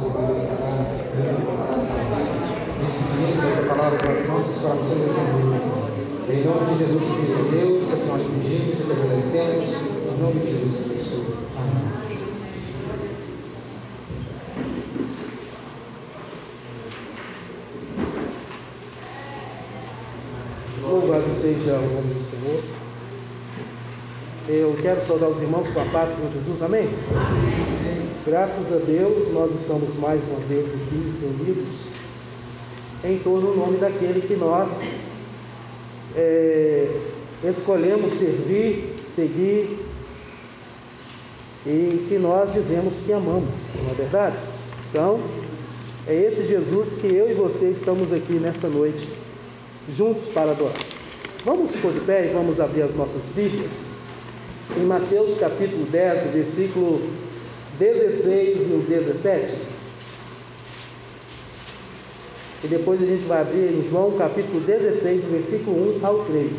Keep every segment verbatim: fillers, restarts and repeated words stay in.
Senhor estará distribuindo essa palavra para os nossos corações nessa noite. Em nome de Jesus Cristo, Deus, é que nós pedimos e te agradecemos. Em nome de Jesus Cristo. Amém. Louvado seja o nome do Senhor. Eu quero saudar os irmãos com a paz do Senhor Jesus, amém? Amém? Graças a Deus, nós estamos mais uma vez aqui reunidos em torno do nome daquele que nós é, escolhemos servir, seguir e que nós dizemos que amamos, não é verdade? Então, é esse Jesus que eu e você estamos aqui nesta noite juntos para adorar. Vamos pôr de pé e vamos abrir as nossas Bíblias em Mateus capítulo dez, o versículo dezesseis e o dezessete, e depois a gente vai abrir em João capítulo dezesseis, do versículo um ao três.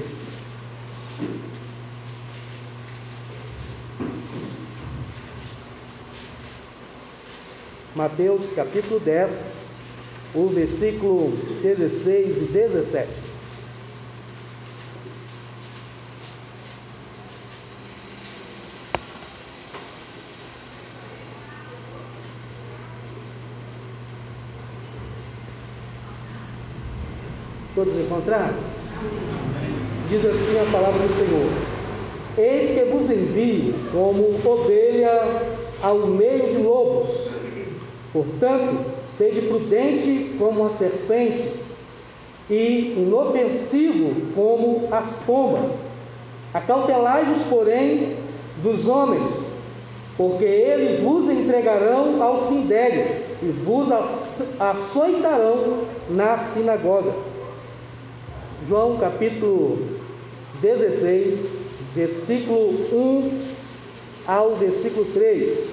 Mateus capítulo dez, o versículo dezesseis e dezessete. Todos encontraram? Diz assim a palavra do Senhor: eis que vos envio como ovelha ao meio de lobos. Portanto, sede prudente como a serpente e inofensivo como as pombas. Acautelai-vos, porém, dos homens, porque eles vos entregarão ao sindério e vos açoitarão na sinagoga. João capítulo dezesseis, versículo um ao versículo três.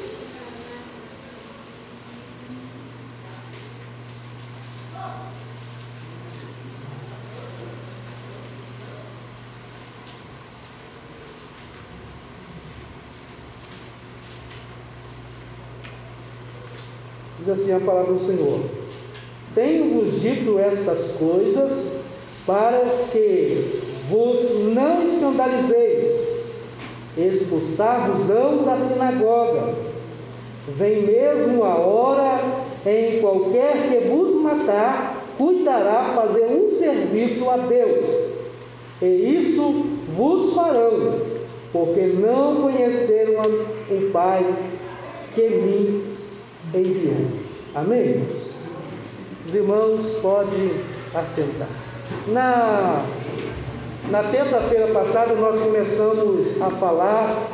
Diz assim a palavra do Senhor: tenho-vos dito estas coisas para que vos não escandalizeis. Expulsar-vos-ão da sinagoga. Vem mesmo a hora em qualquer que vos matar cuidará fazer um serviço a Deus, e isso vos farão, porque não conheceram o Pai que me enviou. Amém? Os irmãos podem assentar. Na, na terça-feira passada nós começamos a falar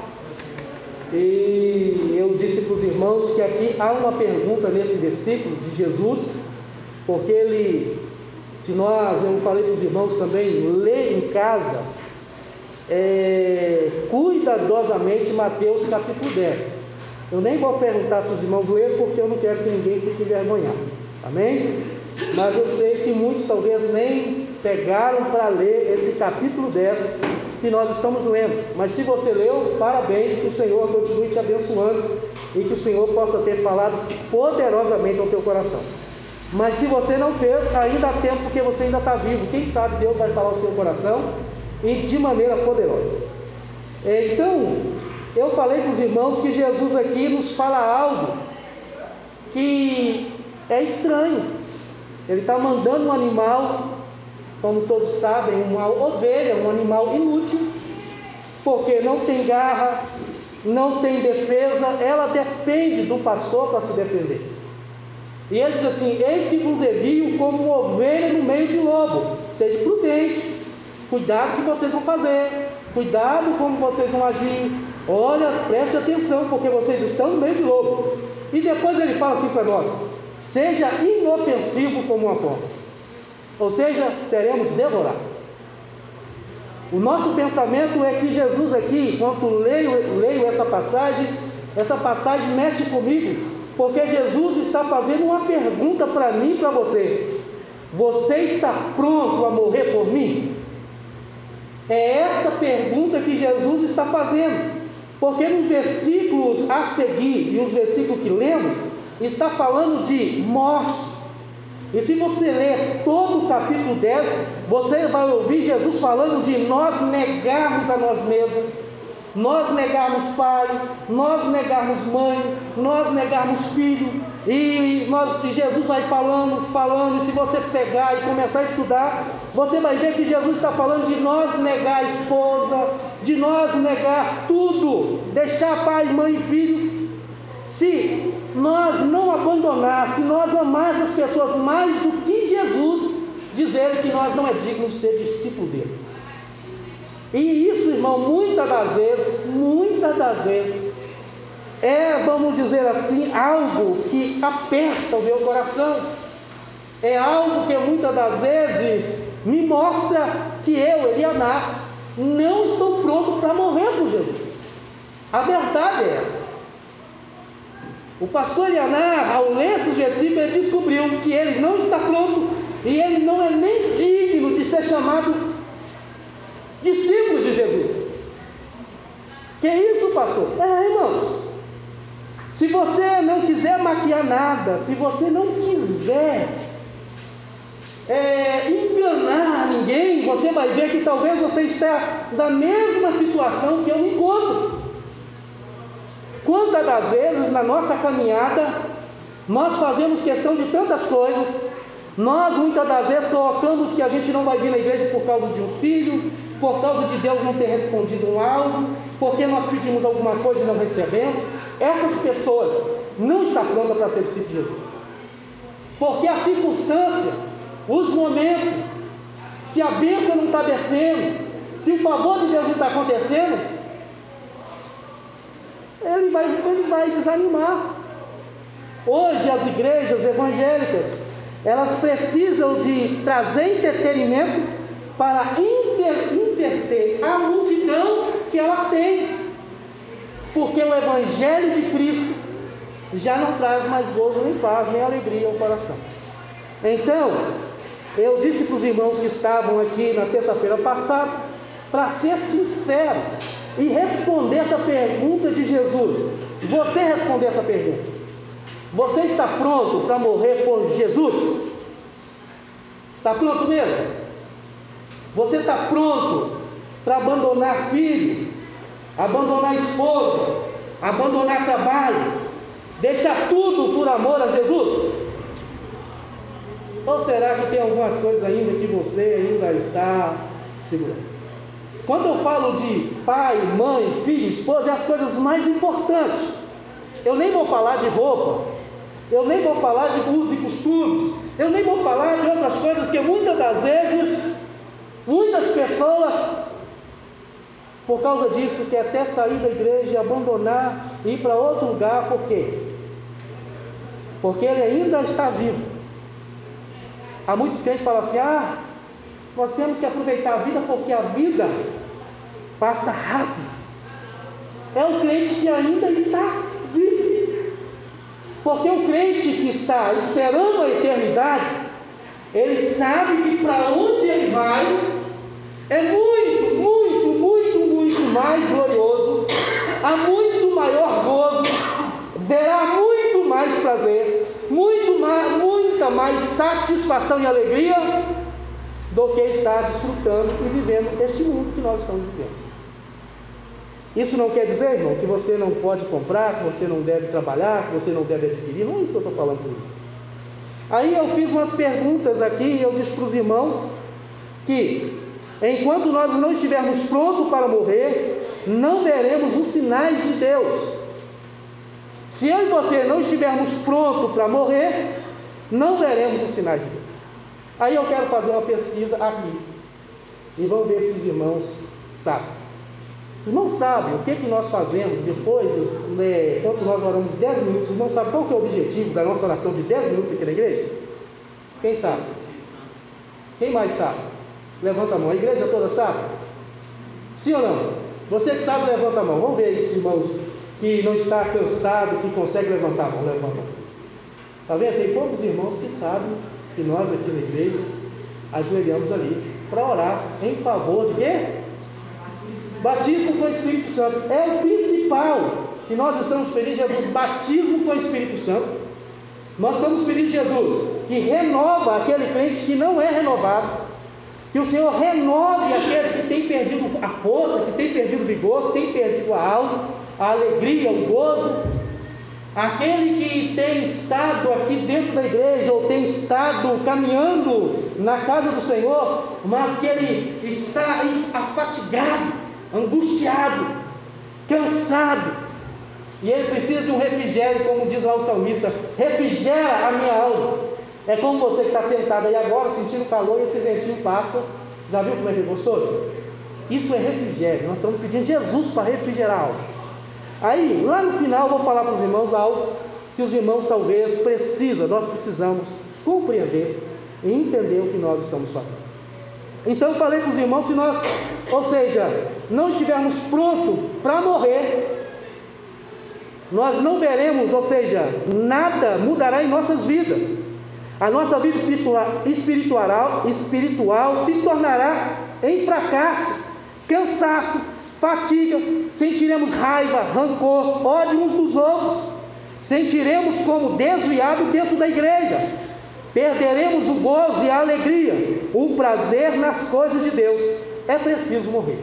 e eu disse para os irmãos que aqui há uma pergunta nesse versículo de Jesus, porque ele, se nós, eu falei para os irmãos também, lê em casa é, cuidadosamente Mateus capítulo dez. Eu nem vou perguntar se os irmãos leram, porque eu não quero que ninguém fique envergonhado, amém? Mas eu sei que muitos talvez nem pegaram para ler esse capítulo dez que nós estamos lendo. Mas se você leu, parabéns, que o Senhor continue te abençoando e que o Senhor possa ter falado poderosamente ao teu coração. Mas se você não fez, ainda há tempo, porque você ainda está vivo. Quem sabe Deus vai falar ao seu coração e de maneira poderosa. Então, eu falei para os irmãos que Jesus aqui nos fala algo que é estranho. Ele está mandando um animal, como todos sabem, uma ovelha, um animal inútil, porque não tem garra, não tem defesa, ela depende do pastor para se defender. E ele diz assim: eis que vos envio como uma ovelha no meio de lobo. Seja prudente, cuidado que vocês vão fazer, cuidado como vocês vão agir, olha, preste atenção, porque vocês estão no meio de lobo. E depois ele fala assim para nós: seja inofensivo como uma pomba, ou seja, seremos devorados. O nosso pensamento é que Jesus aqui, enquanto leio, leio essa passagem, essa passagem mexe comigo, porque Jesus está fazendo uma pergunta para mim e para você: você está pronto a morrer por mim? É essa pergunta que Jesus está fazendo, porque nos versículos a seguir e os versículos que lemos, está falando de morte. E se você ler todo o capítulo dez, você vai ouvir Jesus falando de nós negarmos a nós mesmos, nós negarmos pai, nós negarmos mãe, nós negarmos filho, e, nós, e Jesus vai falando, falando, e se você pegar e começar a estudar, você vai ver que Jesus está falando de nós negar a esposa, de nós negar tudo, deixar pai, mãe e filho. Se nós não abandonar, se nós amarmos as pessoas mais do que Jesus, dizer que nós não é digno de ser discípulo dele. E isso, irmão, muitas das vezes, muitas das vezes, é, vamos dizer assim, algo que aperta o meu coração. É algo que muitas das vezes me mostra que eu, Elianá, não estou pronto para morrer por Jesus. A verdade é essa. O pastor Elianá, ao ler esse versículo, ele descobriu que ele não está pronto e ele não é nem digno de ser chamado discípulo de Jesus. Que isso, pastor? É, irmãos, se você não quiser maquiar nada, se você não quiser é, enganar ninguém, você vai ver que talvez você está na mesma situação que eu me encontro. Quantas das vezes na nossa caminhada nós fazemos questão de tantas coisas, nós muitas das vezes colocamos que a gente não vai vir na igreja por causa de um filho, por causa de Deus não ter respondido um algo, porque nós pedimos alguma coisa e não recebemos. Essas pessoas não estão prontas para ser discípulos de Jesus, porque a circunstância, os momentos, se a bênção não está descendo, se o favor de Deus não está acontecendo, ele vai, ele vai desanimar. Hoje as igrejas evangélicas, elas precisam de trazer entretenimento para inter, interter a multidão que elas têm, porque o evangelho de Cristo já não traz mais gozo, nem paz, nem alegria ao coração. Então, eu disse para os irmãos que estavam aqui na terça-feira passada, para ser sincero e responder essa pergunta de Jesus. Você responder essa pergunta: você está pronto para morrer por Jesus? Está pronto mesmo? Você está pronto para abandonar filho, abandonar esposa, abandonar trabalho, deixar tudo por amor a Jesus? Ou será que tem algumas coisas ainda que você ainda está segurando? Quando eu falo de pai, mãe, filho, esposa, é as coisas mais importantes. Eu nem vou falar de roupa, eu nem vou falar de usos e costumes, eu nem vou falar de outras coisas que muitas das vezes, muitas pessoas, por causa disso, quer até sair da igreja e abandonar, ir para outro lugar. Por quê? Porque ele ainda está vivo. Há muitos crentes que falam assim: ah, nós temos que aproveitar a vida porque a vida passa rápido. É o crente que ainda está vivo. Porque o crente que está esperando a eternidade, ele sabe que para onde ele vai é muito, muito, muito, muito mais glorioso, há muito maior gozo, verá muito mais prazer, muito mais, muita mais satisfação e alegria do que estar desfrutando e vivendo este mundo que nós estamos vivendo. Isso não quer dizer, irmão, que você não pode comprar, que você não deve trabalhar, que você não deve adquirir. Não é isso que eu estou falando por isso. Aí eu fiz umas perguntas aqui e eu disse para os irmãos que enquanto nós não estivermos prontos para morrer, não veremos os sinais de Deus. Se eu e você não estivermos prontos para morrer, não veremos os sinais de Deus. Aí eu quero fazer uma pesquisa aqui e vamos ver se os irmãos sabem. Os irmãos sabem o que, que nós fazemos depois, de, quando nós oramos dez minutos, os irmãos sabem qual que é o objetivo da nossa oração de dez minutos aqui na igreja? Quem sabe? Quem mais sabe? Levanta a mão. A igreja toda sabe? Sim ou não? Você que sabe, levanta a mão. Vamos ver aí os irmãos que não está cansado, que consegue levantar a mão. Levanta a mão. Está vendo? Tem poucos irmãos que sabem que nós aqui na igreja ajoelhamos ali para orar em favor de quê? Batismo com o Espírito Santo. É o principal que nós estamos pedindo, Jesus, batismo com o Espírito Santo. Nós estamos pedindo a Jesus que renova aquele crente que não é renovado, que o Senhor renove aquele que tem perdido a força, que tem perdido o vigor, que tem perdido a alma, a alegria, o gozo. Aquele que tem estado aqui dentro da igreja, ou tem estado caminhando na casa do Senhor, mas que ele está afatigado, angustiado, cansado, e ele precisa de um refrigério, como diz lá o salmista: refrigera a minha alma. É como você que está sentado aí agora, sentindo calor, e esse ventinho passa. Já viu como é que é gostoso? Isso é refrigério. Nós estamos pedindo Jesus para refrigerar a alma. Aí, lá no final, eu vou falar para os irmãos algo que os irmãos talvez precisam, nós precisamos compreender e entender o que nós estamos fazendo. Então eu falei para os irmãos, se nós, ou seja, não estivermos prontos para morrer, nós não veremos, ou seja, nada mudará em nossas vidas. A nossa vida espiritual, espiritual, espiritual se tornará em fracasso, cansaço, fatiga, sentiremos raiva, rancor, ódio uns dos outros, sentiremos como desviado dentro da igreja, perderemos o gozo e a alegria, o prazer nas coisas de Deus. É preciso morrer.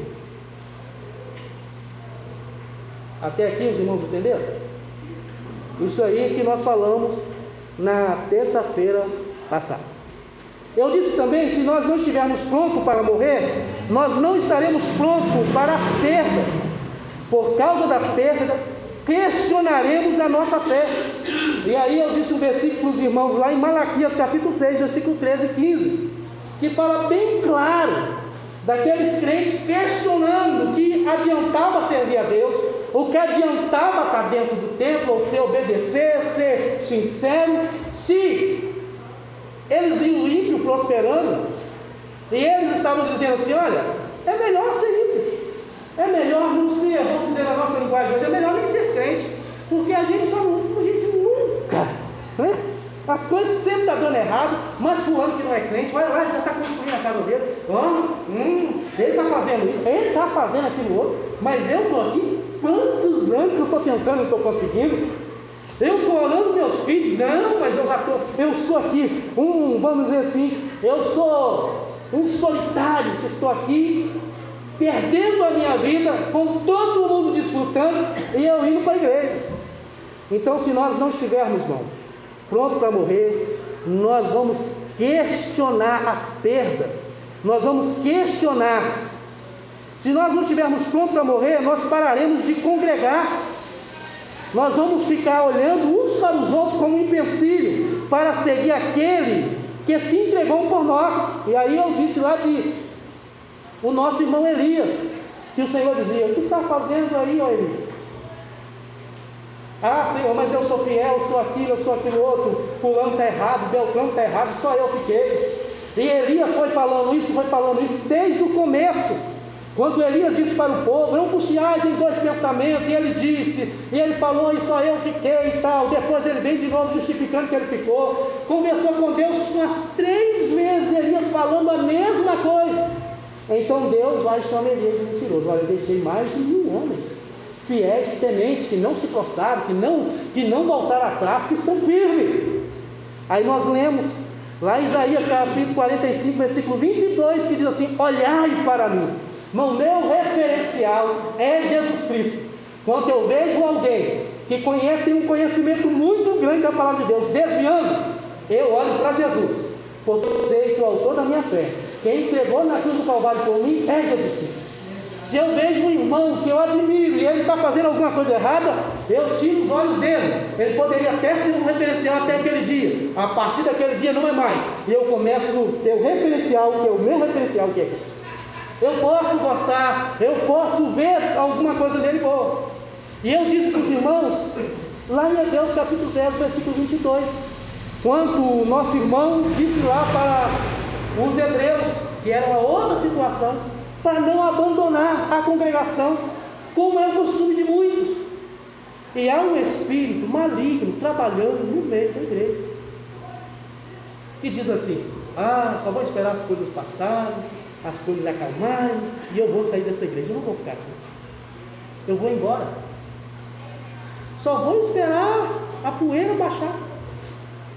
Até aqui os irmãos entenderam? Isso aí que nós falamos na terça-feira passada. Eu disse também, se nós não estivermos prontos para morrer, nós não estaremos prontos para as perdas. Por causa das perdas, questionaremos a nossa fé. E aí eu disse um versículo para os irmãos lá em Malaquias capítulo três, versículo treze e quinze, que fala bem claro daqueles crentes questionando o que adiantava servir a Deus, o que adiantava estar dentro do templo, ou se obedecer, ser sincero, se eles iam ímpio prosperando, e eles estavam dizendo assim: olha, é melhor ser ímpio, é melhor não ser, vamos dizer na nossa linguagem hoje, é melhor nem ser crente, porque a gente só a gente nunca, né? As coisas sempre estão dando errado, mas fulano que não é crente, vai lá, ele já está construindo a casa dele, ah, hum, ele está fazendo isso, ele está fazendo aquilo outro, mas eu estou aqui, quantos anos que eu estou tentando e não estou conseguindo? Eu estou orando meus filhos, não, mas eu já estou, eu sou aqui, um, vamos dizer assim, eu sou um solitário que estou aqui, perdendo a minha vida, com todo mundo desfrutando, e eu indo para a igreja. Então, se nós não estivermos, irmão, pronto para morrer, nós vamos questionar as perdas, nós vamos questionar. Se nós não estivermos prontos para morrer, nós pararemos de congregar, nós vamos ficar olhando uns para os outros como um empecilho para seguir aquele que se entregou por nós. E aí eu disse lá de o nosso irmão Elias, que o Senhor dizia: o que está fazendo aí, ó Elias? Ah, Senhor, mas eu sou fiel, eu sou aquilo, eu sou aquilo outro, fulano está errado, Beltrano está errado, só eu fiquei. E Elias foi falando isso, foi falando isso desde o começo. Quando Elias disse para o povo: não angustiais em dois pensamentos, e ele disse, e ele falou, e só eu fiquei e tal. Depois ele vem de novo justificando que ele ficou, conversou com Deus umas três vezes, Elias falando a mesma coisa. Então Deus vai chamar Elias de mentiroso. Olha, eu deixei mais de mil homens fiéis, tementes, que não se prostraram, que não, que não voltaram atrás, que estão firmes. Aí nós lemos lá em Isaías capítulo quarenta e cinco, versículo vinte e dois, que diz assim: olhai para mim. Irmão, meu referencial é Jesus Cristo. Quando eu vejo alguém que conhece, tem um conhecimento muito grande da palavra de Deus, desviando, eu olho para Jesus, porque eu sei que o autor da minha fé, quem entregou na cruz do Calvário por mim, é Jesus Cristo. Se eu vejo um irmão que eu admiro e ele está fazendo alguma coisa errada, eu tiro os olhos dele. Ele poderia até ser um referencial até aquele dia, a partir daquele dia não é mais, e eu começo a ter o referencial, que é o meu referencial, que é Cristo. Eu posso gostar, eu posso ver alguma coisa dele boa. E eu disse para os irmãos, lá em Hebreus capítulo dez, versículo vinte e dois, quando o nosso irmão disse lá para os hebreus, que era uma outra situação, para não abandonar a congregação, como é o costume de muitos. E há um espírito maligno trabalhando no meio da igreja, que diz assim: ah, só vou esperar as coisas passarem, as coisas acalmarem, e eu vou sair dessa igreja, eu não vou ficar aqui, eu vou embora, só vou esperar a poeira baixar.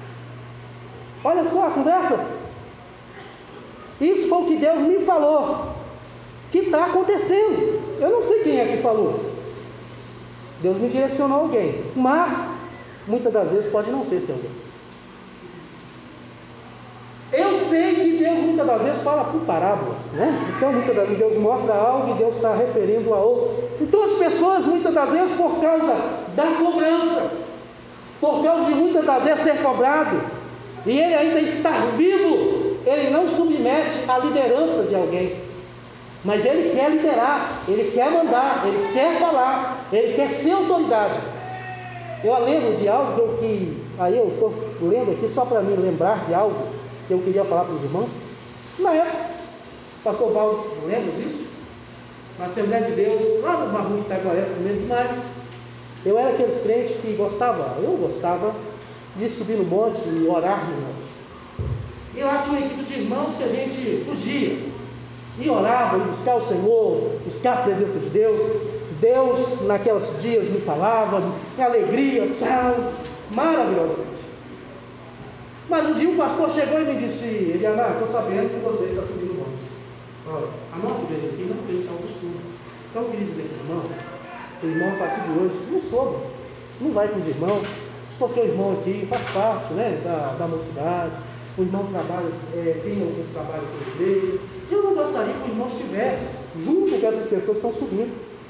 Olha só a conversa. Isso foi o que Deus me falou, que está acontecendo. Eu não sei quem é que falou. Deus me direcionou a alguém, mas muitas das vezes pode não ser esse alguém. Eu sei que Deus muitas das vezes fala por parábolas, né? Então muitas das vezes Deus mostra algo e Deus está referindo a outro. Então as pessoas muitas das vezes, por causa da cobrança, por causa de muitas das vezes ser cobrado, e ele ainda estar vivo, ele não submete à liderança de alguém, mas ele quer liderar, ele quer mandar, ele quer falar, ele quer ser autoridade. Eu lembro de algo que, aí eu estou lendo aqui só para me lembrar de algo que eu queria falar para os irmãos. Na época, o pastor Paulo lembra disso? Na Assembleia de Deus, lá no Barro de Itaguaé, primeiro de maio, eu era aqueles crentes que gostava, eu gostava de subir no monte e orar no monte. E lá tinha uma equipe de irmãos que a gente fugia e orava, e buscar o Senhor, buscar a presença de Deus. Deus naqueles dias me falava, em alegria, tal, maravilhosamente. Mas um dia o pastor chegou e me disse: Eliana, estou sabendo que você está subindo o monte. Olha, a nossa igreja aqui não tem tal costume. Então eu queria dizer para o irmão, o irmão a partir de hoje não soube, não vai com os irmãos, porque o irmão aqui faz parte, né, da, da mocidade. O irmão trabalha, é, tem alguns trabalhos com a igreja. Eu não gostaria que o irmão estivesse junto com essas pessoas que estão subindo.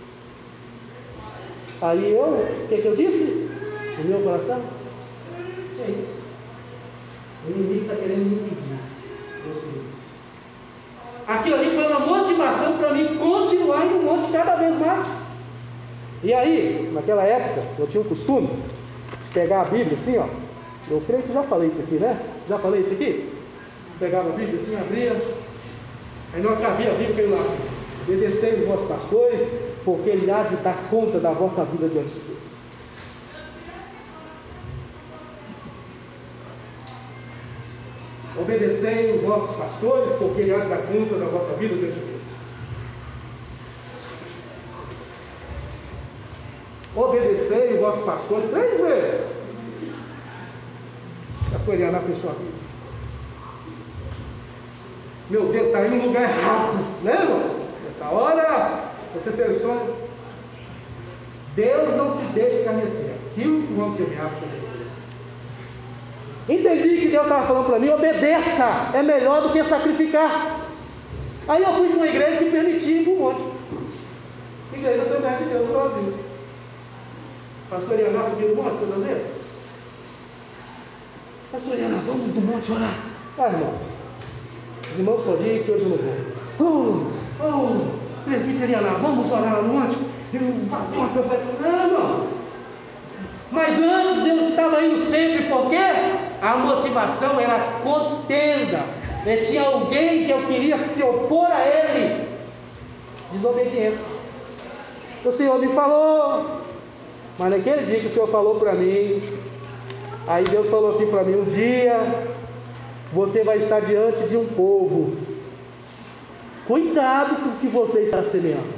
Aí eu, o que, que eu disse? No meu coração? É isso. O inimigo está querendo me impedir. Aquilo ali foi uma motivação para mim continuar no monte cada vez mais. E aí, naquela época, eu tinha o costume de pegar a Bíblia assim, ó. Eu creio que já falei isso aqui, né? Já falei isso aqui? Pegava a Bíblia assim, abria. Aí não acabei a Bíblia, eu lá. Obedecei os vossos pastores, porque ele há de dar conta da vossa vida diante de Deus. Obedecei os vossos pastores, porque ele há de dar conta da vossa vida diante de Deus. Obedecei os vossos pastores três vezes. A sua Eliana fechou a Bíblia. Meu Deus, está indo no lugar errado, né, irmão? Nessa hora, você seleciona. Deus não se deixa escarnecer. Aquilo que vamos semear para Deus. Entendi que Deus estava falando para mim: obedeça, é melhor do que sacrificar. Aí eu fui para uma igreja que permitia ir para um monte. Igreja Assembleia de Deus, Brasil. Pastor Eliana subiu no monte todas as vezes? Pastor Eliana, vamos no monte orar. Ah, irmão, os irmãos podem ir que hoje eu não vou. Oh, oh, presbítero Eliana, vamos orar no monte? Eu vou fazer uma coisa. Não, irmão. Mas antes eu estava indo sempre, porque a motivação era contenda. E tinha alguém que eu queria se opor a ele. Desobediência. O Senhor me falou, mas naquele dia que o Senhor falou para mim, aí Deus falou assim para mim: um dia você vai estar diante de um povo. Cuidado com o que você está semeando.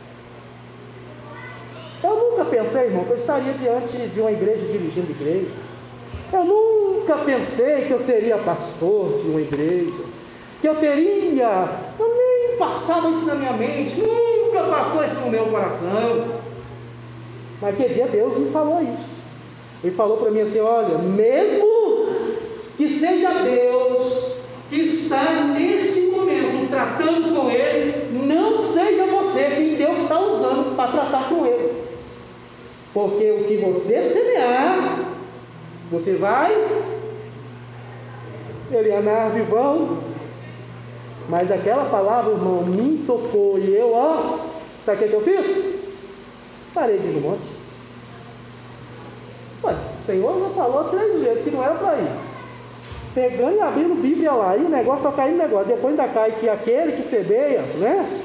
Eu nunca pensei, irmão, que eu estaria diante de uma igreja, dirigindo igreja. Eu nunca pensei que eu seria pastor de uma igreja, que eu teria, eu nem passava isso na minha mente, nunca passou isso no meu coração. Mas que dia Deus me falou isso. Ele falou para mim assim: olha, mesmo que seja Deus que está nesse momento tratando com ele, não seja você quem Deus está usando para tratar com ele. Porque o que você semear, você vai, Eliana, vivão. Mas aquela palavra, irmão, me tocou. E eu, ó, sabe o que eu fiz? Parei de ir no monte. Ué, o Senhor já falou três vezes que não era para ir. Pegando e abrindo Bíblia lá, e o negócio só caindo no negócio. Depois ainda cai que aquele que semeia, né?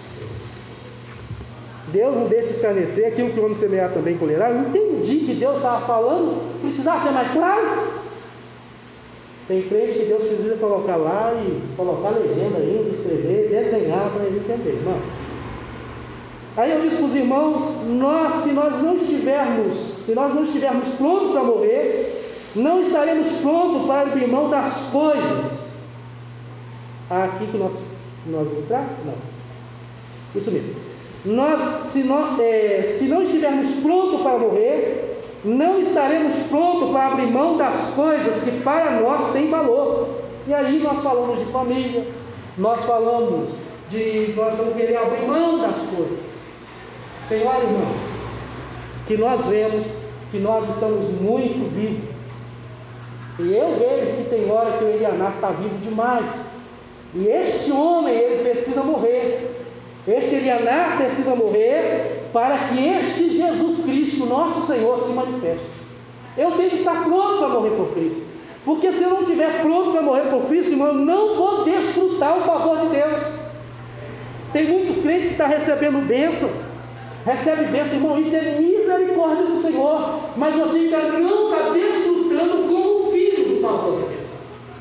Deus não deixa escarnecer, aquilo que o homem semear também colherá. Eu entendi que Deus estava falando, precisava ser mais claro. Tem crente que Deus precisa colocar lá e colocar legenda ainda, escrever, desenhar para ele entender, irmão. Aí eu disse para os irmãos: nós, se nós não estivermos, se nós não estivermos prontos para morrer, não estaremos prontos para abrir mão das coisas. Aqui que nós, nós entrar? Não. Isso mesmo. Nós, se, nós, é, se não estivermos prontos para morrer, não estaremos prontos para abrir mão das coisas que para nós têm valor. E aí nós falamos de família, nós falamos de, nós vamos querer abrir mão das coisas. Senhor, irmão, que nós vemos que nós estamos muito vivos. E eu vejo que tem hora que o Elianá está vivo demais. E este homem, ele precisa morrer. Este Elianá precisa morrer para que este Jesus Cristo, nosso Senhor, se manifeste. Eu tenho que estar pronto para morrer por Cristo. Porque se eu não estiver pronto para morrer por Cristo, irmão, eu não vou desfrutar o favor de Deus. Tem muitos crentes que estão recebendo bênção. Recebe bênção, irmão, isso é misericórdia do Senhor. Mas você ainda não está desfrutando como filho do favor de Deus.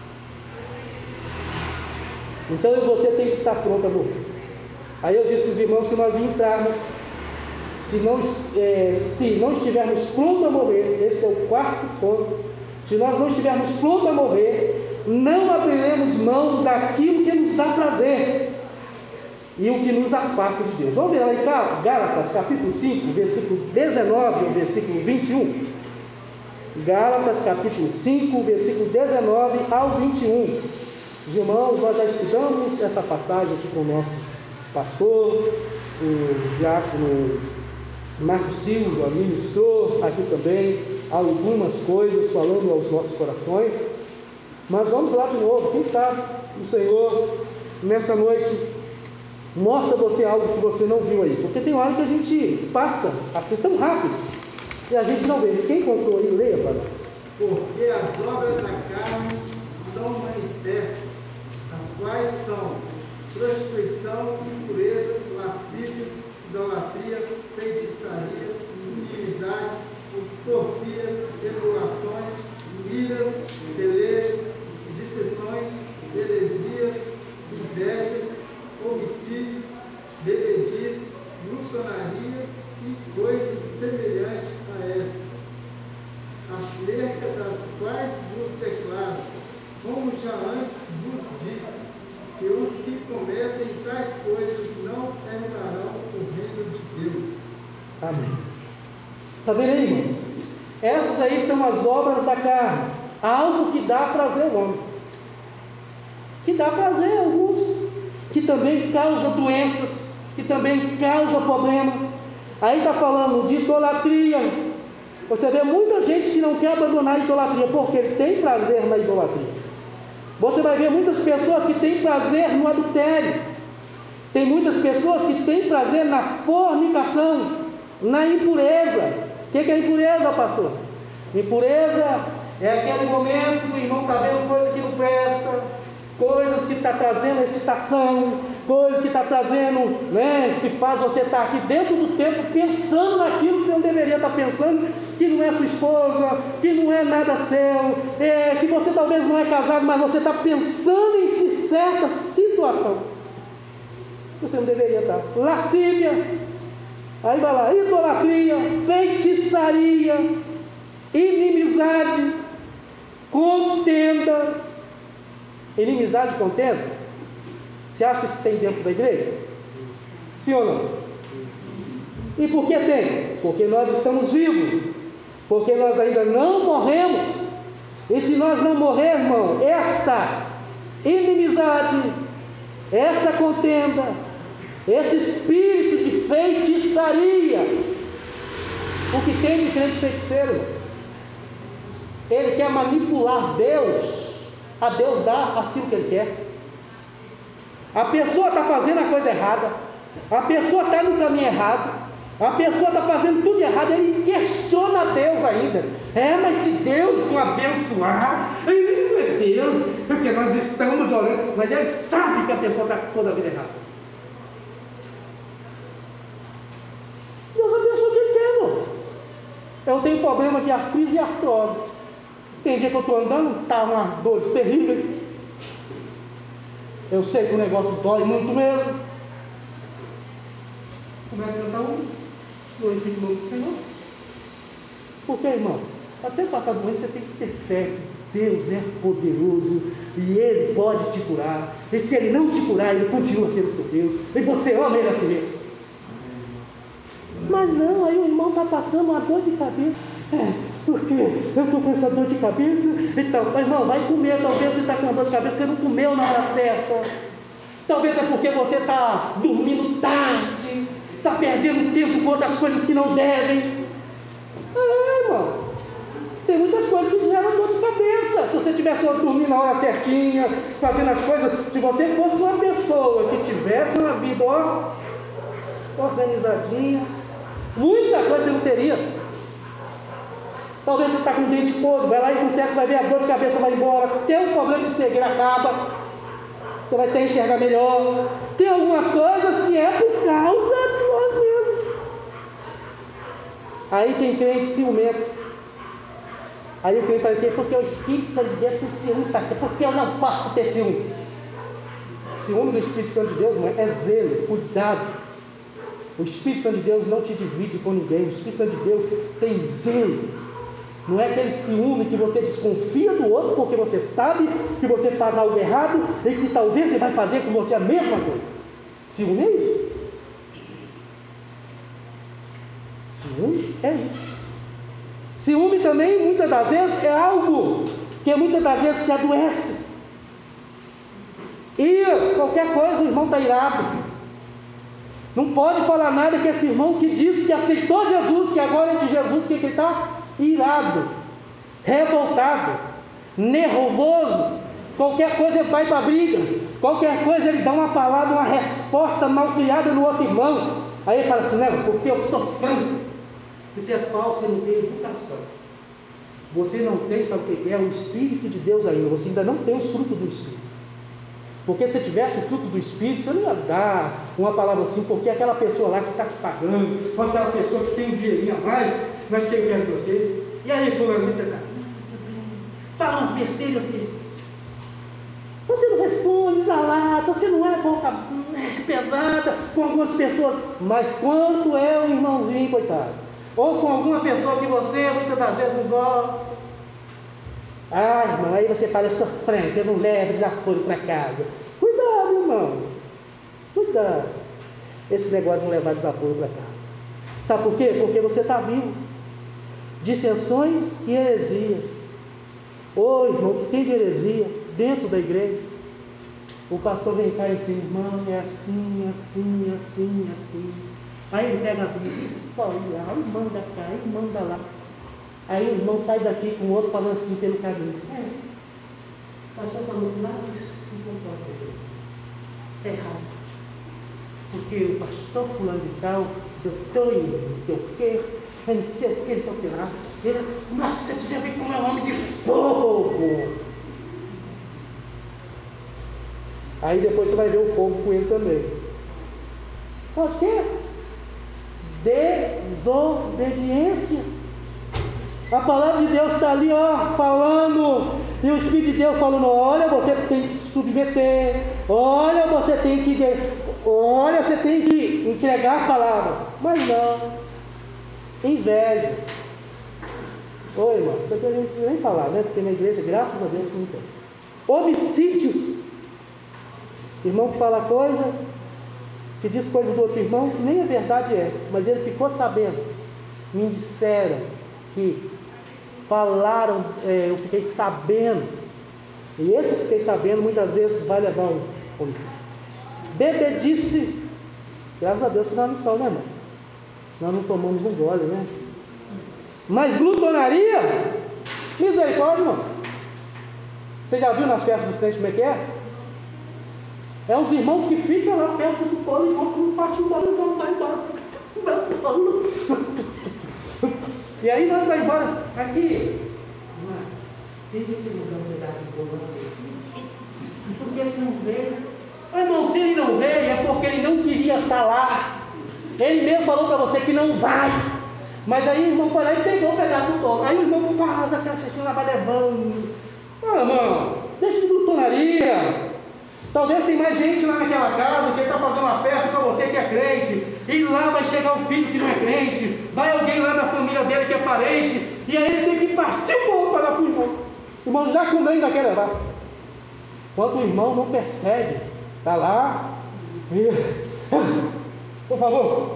Então você tem que estar pronto a morrer. Aí eu disse para os irmãos que nós entrarmos, se não, é, se não estivermos prontos a morrer, esse é o quarto ponto. Se nós não estivermos prontos a morrer, não abriremos mão daquilo que nos dá prazer e o que nos afasta de Deus. Vamos ver lá em Gálatas, capítulo cinco, versículo dezenove ao versículo vinte e um. Gálatas, capítulo cinco, versículo dezenove ao vinte e um. Os irmãos, nós já estudamos essa passagem aqui com o nosso pastor, o diácono Marcos Silva ministrou aqui também algumas coisas falando aos nossos corações, mas vamos lá de novo. Quem sabe o Senhor nessa noite mostra a você algo que você não viu aí, porque tem hora que a gente passa assim tão rápido e a gente não vê. Quem encontrou aí, leia para nós. Porque as obras da carne são manifestas, as quais são prostituição, impureza, lascívia, idolatria, feitiçaria, inimizades, porfias, emulações, iras, pelejas, dissensões, heresias, invejas, homicídios, bebedices, glutonarias e coisas semelhantes a estas, acerca das quais vos declaro, como já antes vos disse, que os que cometem tais coisas não herdarão o reino de Deus. Amém. Está vendo aí, irmãos? Essas aí são as obras da carne, algo que dá prazer ao homem, que dá prazer a alguns, que também causa doenças, que também causa problema. Aí está falando de idolatria. Você vê muita gente que não quer abandonar a idolatria, porque tem prazer na idolatria. Você vai ver muitas pessoas que têm prazer no adultério. Tem muitas pessoas que têm prazer na fornicação, na impureza. O que é impureza, pastor? Impureza é aquele momento que o irmão está vendo coisa que não presta, coisas que está trazendo excitação, coisas que está trazendo, né, que faz você estar aqui dentro do templo pensando naquilo que você não deveria estar pensando, que não é sua esposa, que não é nada seu, é, que você talvez não é casado, mas você está pensando em certa situação que você não deveria estar. Lascívia, aí vai lá, idolatria, feitiçaria, inimizade, contendas. Inimizade e contendas, você acha que isso tem dentro da igreja? Sim ou não? E por que tem? Porque nós estamos vivos, porque nós ainda não morremos. E se nós não morrer, irmão, esta inimizade, essa contenda, esse espírito de feitiçaria, o que tem de crente feiticeiro? Ele quer manipular Deus, a Deus dá aquilo que Ele quer. A pessoa está fazendo a coisa errada, a pessoa está no caminho errado, a pessoa está fazendo tudo errado, ele questiona Deus ainda. É, mas se Deus não abençoar, não é Deus, porque nós estamos orando, mas Ele sabe que a pessoa está toda a vida errada. Deus abençoa o que Ele quer, irmão. Eu tenho problema de artrite e artrose. Tem dia que eu estou andando, está umas dores terríveis. Eu sei que o negócio dói muito mesmo. Começa a cantar um glorifique o nome do Senhor. Por que, irmão? Até para estar doente, você tem que ter fé. Deus é poderoso e Ele pode te curar. E se Ele não te curar, Ele continua sendo seu Deus. E você ama Ele assim mesmo. Mas não, aí o irmão está passando uma dor de cabeça. É, porque eu estou com essa dor de cabeça. Então, irmão, vai comer. Talvez você está com uma dor de cabeça, você não comeu na hora certa. Talvez é porque você está dormindo tarde, está perdendo tempo com outras coisas que não devem. Ah, irmão, tem muitas coisas que geram dor de cabeça. Se você estivesse dormindo na hora certinha, fazendo as coisas, se você fosse uma pessoa que tivesse uma vida ó, organizadinha, muita coisa você não teria. Talvez você está com o dente podre, vai lá e conserta, vai ver a dor de cabeça, vai embora. Tem um problema de cegueira, acaba. Você vai ter que enxergar melhor. Tem algumas coisas que é por causa de nós mesmos. Aí tem crente ciumento. Aí o crente fala assim, porque o Espírito Santo de Deus tem ciúme, pastor, porque eu não posso ter ciúme. Ciúme do Espírito Santo de Deus, mãe, é zelo, cuidado. O Espírito Santo de Deus não te divide com ninguém. O Espírito Santo de Deus tem zelo. Não é aquele ciúme que você desconfia do outro porque você sabe que você faz algo errado e que talvez ele vai fazer com você a mesma coisa. Ciúme é isso. Ciúme é isso. Ciúme também, muitas das vezes, é algo que muitas das vezes te adoece. E qualquer coisa, o irmão está irado. Não pode falar nada que esse irmão que disse que aceitou Jesus, que agora é de Jesus, que ele está irado, revoltado, nervoso. Qualquer coisa ele vai para a briga. Qualquer coisa ele dá uma palavra, uma resposta mal criada no outro irmão. Aí ele fala assim, não, porque eu sou franco. Isso é falso, você não tem educação. Você não tem, sabe o que é? O Espírito de Deus ainda. Você ainda não tem os frutos do Espírito. Porque se tivesse o fruto do Espírito, você não ia dar uma palavra assim, porque aquela pessoa lá que está te pagando, ou aquela pessoa que tem um dinheirinho a mais, vai chegar perto de você. E aí, fulano, você está? Fala umas besteiras assim. Você não responde na lata, você não é boca pesada com algumas pessoas, mas quanto é um irmãozinho, coitado? Ou com alguma pessoa que você muitas das vezes não gosta. Ah, irmão, aí você fala, eu sou franco, eu não levo desaforo para casa. Cuidado, irmão. Cuidado. Esse negócio de não levar desaforo para casa. Sabe por quê? Porque você está vivo. Dissensões e heresia. Ô, irmão, que tem de heresia dentro da igreja. O pastor vem cá e diz, irmão, é assim, assim, assim, assim. Aí ele pega a Bíblia, olha, aí manda cá, aí manda lá. Aí o irmão sai daqui com o outro falando assim pelo caminho. É, o pastor falou, não, isso não concorda. É errado. Porque o pastor fulano de tal, doutor, não sei o quê, eu não sei o que, não sei o que lá. Ele, nossa, você precisa ver como é um homem de fogo. Aí depois você vai ver o fogo com ele também. Pode quê? Desobediência. A palavra de Deus está ali, ó, falando, e o Espírito de Deus falando, olha, você tem que se submeter, olha, você tem que, olha, você tem que entregar a palavra, mas não, invejas. Oi, irmão, isso aqui a gente não precisa nem falar, né, porque na igreja, graças a Deus, não tem. Homicídios, irmão que fala coisa, que diz coisa do outro irmão, que nem a verdade é, mas ele ficou sabendo, me disseram que falaram, é, eu fiquei sabendo, e esse eu fiquei sabendo muitas vezes vai levar um homicídio. Bebedice, graças a Deus que nós não somos, né, irmão? Nós não tomamos um gole, né? Mas glutonaria, misericórdia, irmão. Você já viu nas festas dos crentes como é que é? É uns irmãos que ficam lá perto do bolo e vão partir o bolo e vão vai embora. E aí nós vamos embora. Aqui, deixa esse lugar um pedaço de bolo. Porque ele não veio. Mas irmão, se ele não veio é porque ele não queria estar lá. Ele mesmo falou para você que não vai. Mas aí o irmão foi lá e pegou o pedaço do bolo. Aí o irmão faz aquela questão lá, vai levando. Ah, irmão, deixa de glutonaria. Talvez tem mais gente lá naquela casa que está fazendo uma festa para você que é crente, e lá vai chegar um filho que não é crente, vai alguém lá da família dele que é parente, e E aí ele tem que partir o pão para dar para o irmão. O irmão já comeu e ainda quer levar. Enquanto o irmão não percebe, está lá, e, por favor.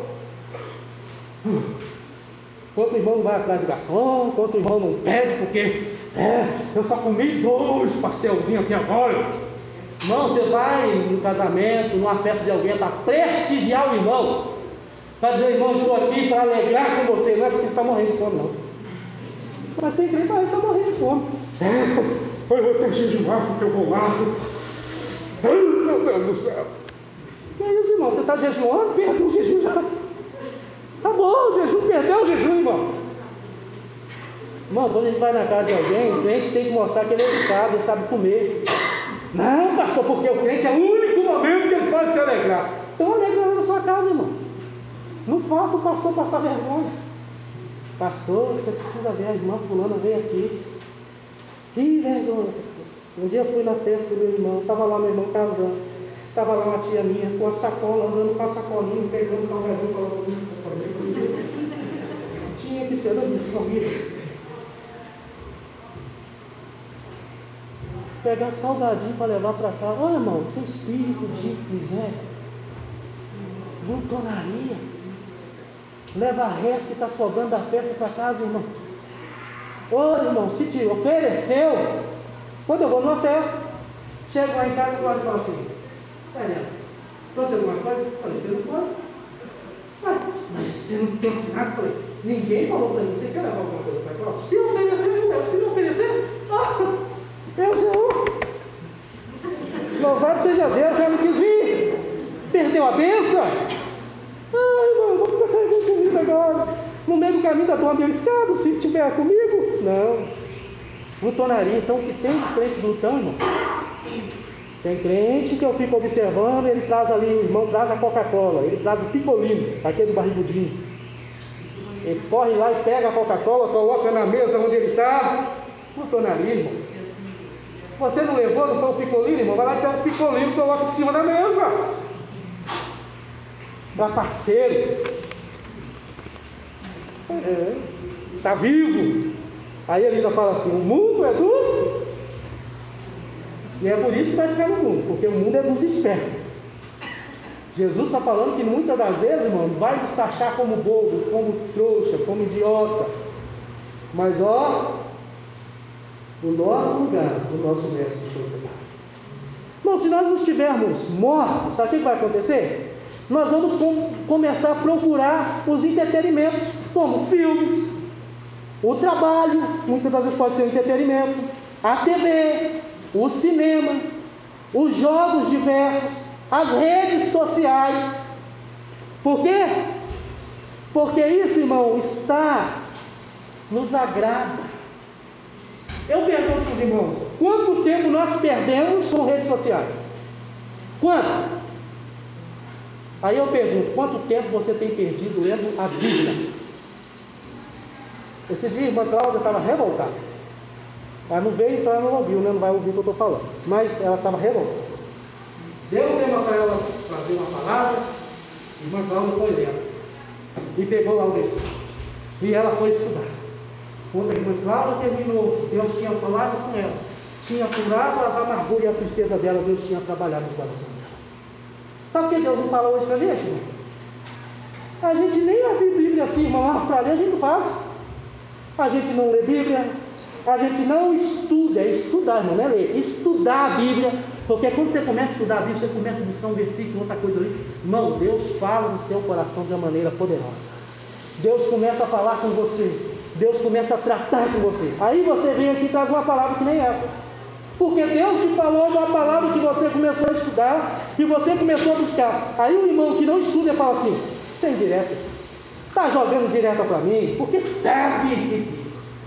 Enquanto o irmão não vai atrás do garçom, enquanto o irmão não pede, porque é, eu só comi dois pastelzinhos aqui agora. Não, você vai no casamento, numa festa de alguém, para prestigiar o irmão, para dizer, irmão, estou aqui para alegrar com você, não é porque você está morrendo de fome, não. Mas tem crente que está morrendo de fome. É, eu vou ter que jejuar porque eu vou lá. Meu Deus do céu. Que é isso, irmão? Você está jejuando? Perdeu o jejum já. Acabou o jejum, perdeu o jejum, irmão. Irmão, quando a gente vai na casa de alguém, o crente tem que mostrar que ele é educado, ele sabe comer. Não, pastor, porque o crente é o único momento que ele pode se alegrar. Então alegra na sua casa, irmão. Não faça o pastor passar vergonha. Pastor, você precisa ver, a irmã fulana veio aqui. Que vergonha, pastor. Um dia eu fui na festa do meu irmão, estava lá meu irmão casando. Estava lá uma tia minha com a sacola, andando com a sacolinha, pegando salgadinho para lá. Tinha que ser da minha família. Pegar salgadinho para levar para cá. Olha, irmão, seu espírito de miséria, glutonaria, leva resto que está sobrando da festa para casa, irmão. Ô, irmão, se te ofereceu, quando eu vou numa festa, chego lá em casa e pode falar assim: é, trouxe alguma coisa? Eu falei, você não pode. Ah, mas você não trouxe nada? Eu falei, ninguém falou para mim, você quer levar alguma coisa para cá? Se oferecer, eu. Se não oferecer, ah, eu já. Louvado seja Deus, já não quis vir. Perdeu a bênção? Ai, irmão, vou ficar carregando comida agora. No meio do caminho da tua beliscada, se estiver comigo. Não. Glutonaria. Então, o que tem de crente glutão, irmão? Tem crente que eu fico observando, ele traz ali, o irmão traz a Coca-Cola, ele traz o picolino, aquele barrigudinho. Ele corre lá e pega a Coca-Cola, coloca na mesa onde ele está. Glutonaria, irmão. Você não levou, não foi o picolino, irmão? Vai lá e pega o picolino e coloca em cima da mesa. Trapaceiro. É, está vivo. Aí ele ainda fala assim: o mundo é dos. E é por isso que vai ficar no mundo, porque o mundo é dos espertos. Jesus está falando que muitas das vezes, irmão, vai nos taxar como bobo, como trouxa, como idiota. Mas ó, o nosso lugar, o nosso mestre foi preparado. Bom, se nós não estivermos mortos, sabe o que vai acontecer? Nós vamos com, começar a procurar os entretenimentos, como filmes, o trabalho, muitas das vezes pode ser um entretenimento, a T V, o cinema, os jogos diversos, as redes sociais. Por quê? Porque isso, irmão, está, nos agrada. Eu pergunto para os irmãos: quanto tempo nós perdemos com redes sociais? Quanto? Aí eu pergunto: quanto tempo você tem perdido lendo a Bíblia? Esse dia a irmã Cláudia estava revoltada. Ela não veio, então ela não ouviu, né? Não vai ouvir o que eu estou falando. Mas ela estava revoltada. Deu um tema para ela fazer uma palavra, a irmã Cláudia foi lendo. E pegou lá o versículo. E ela foi estudar. Quando a irmã Cláudia terminou, Deus tinha falado com ela. Tinha curado as amarguras e a tristeza dela, Deus tinha trabalhado no coração dela. Sabe o que Deus não fala hoje para a gente, irmão? A gente nem lê Bíblia assim, irmão, para ler a gente faz. A gente não lê Bíblia, a gente não estuda, é estudar, irmão, não é ler, estudar a Bíblia, porque quando você começa a estudar a Bíblia, você começa a buscar um versículo, outra coisa ali, irmão, Deus fala no seu coração de uma maneira poderosa. Deus começa a falar com você, Deus começa a tratar com você. Aí você vem aqui e traz uma palavra que nem essa, porque Deus te falou uma palavra que você começou a estudar, e você começou a buscar. Aí o irmão que não estuda fala assim: sem direto, está jogando direto para mim, porque sabe.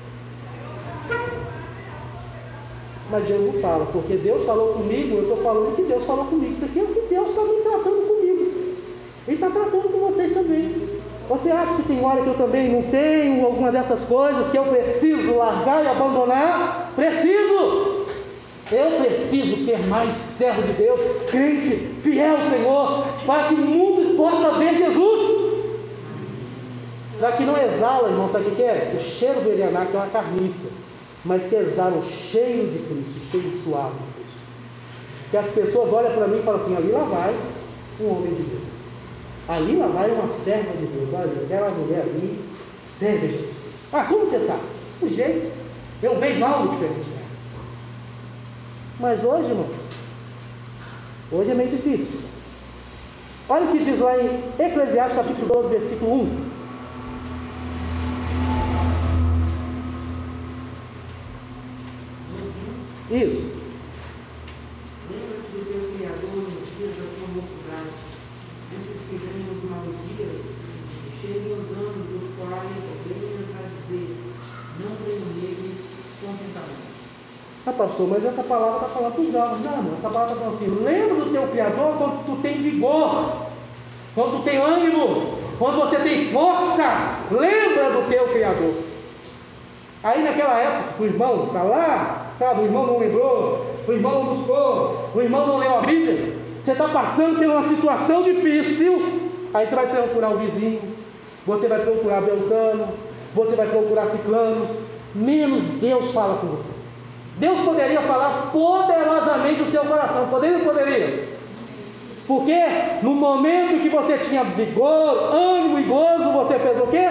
Mas Deus não fala, porque Deus falou comigo, eu estou falando que Deus falou comigo. Isso aqui é o que Deus está me tratando comigo. Ele está tratando com vocês também. Você acha que tem hora que eu também não tenho alguma dessas coisas que eu preciso largar e abandonar? Preciso! Eu preciso ser mais servo de Deus, crente, fiel ao Senhor, para que o mundo possa ver Jesus. Para que não exala, irmão, sabe o que é? O cheiro do Elianá, que é uma carniça, mas que exala o cheiro de Cristo, o cheiro suave de Cristo. Que as pessoas olham para mim e falam assim: ali lá vai um homem de Deus, ali lá vai uma serva de Deus, olha, aquela mulher ali serve a Jesus. Ah, como você sabe? Do jeito, eu vejo algo diferente dela. Mas hoje, irmãos, hoje é meio difícil. Olha o que diz lá em Eclesiastes capítulo doze, versículo um. Isso. Lembra-te do teu Criador nos dias da tua mocidade, antes que venham os maus dias, cheguem os anos dos quais venhas a dizer: não tenho nele contentamento. Ah, pastor, mas essa palavra está falando para os jovens. Não, não, essa palavra está falando assim: lembra do teu Criador quando tu tem vigor, quando tu tem ânimo, quando você tem força. Lembra do teu Criador. Aí naquela época, o irmão está lá, sabe, o irmão não lembrou, o irmão não buscou, o irmão não leu a Bíblia. Você está passando por uma situação difícil. Aí você vai procurar o vizinho, você vai procurar Beltrano, você vai procurar Ciclano. Menos Deus fala com você. Deus poderia falar poderosamente o seu coração, poderia ou não poderia? Porque no momento que você tinha vigor, ânimo e gozo, você fez o quê?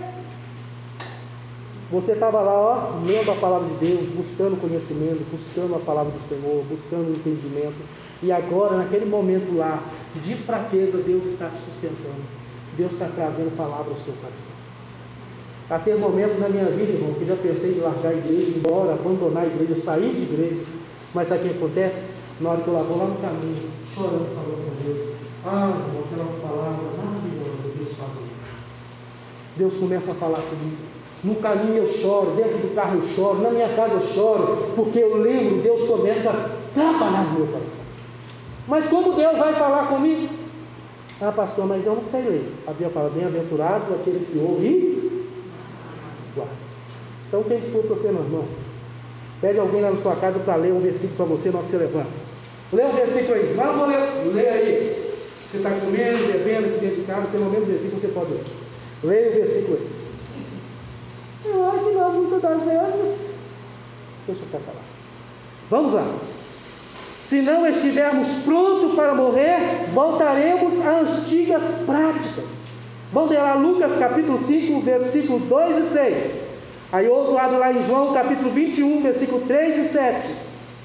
Você estava lá, ó, lendo a palavra de Deus, buscando conhecimento, buscando a palavra do Senhor, buscando entendimento. E agora, naquele momento lá, de fraqueza, Deus está te sustentando. Deus está trazendo palavra ao seu coração. Há ter momentos na minha vida, irmão, que já pensei em largar a igreja, ir embora, abandonar a igreja, sair de igreja. Mas sabe o que acontece? Na hora que eu lá vou lá no caminho, chorando, falando com Deus: ah, irmão, aquela palavra maravilhosa, Deus faz isso. Deus começa a falar comigo. No caminho eu choro, dentro do carro eu choro, na minha casa eu choro, porque eu lembro, Deus começa a trabalhar no meu coração. Mas como Deus vai falar comigo? Ah, pastor, mas eu não sei ler. A Bíblia fala: bem-aventurado aquele que ouve e guarda. Então quem escuta você, meu irmão? Pede alguém lá na sua casa para ler um versículo para você na hora que você levanta. Lê um versículo aí. Vai, vou ler. Lê aí. Você está comendo, bebendo, aqui dentro de casa, pelo menos versículo você pode ler. Leia o versículo aí. É hora que nós, muitas das vezes, deixa eu ficar calado. Vamos lá. Se não estivermos prontos para morrer, voltaremos às antigas práticas. Vamos ler lá Lucas capítulo cinco, versículo dois e seis. Aí outro lado lá em João capítulo vinte e um, versículo três e sete.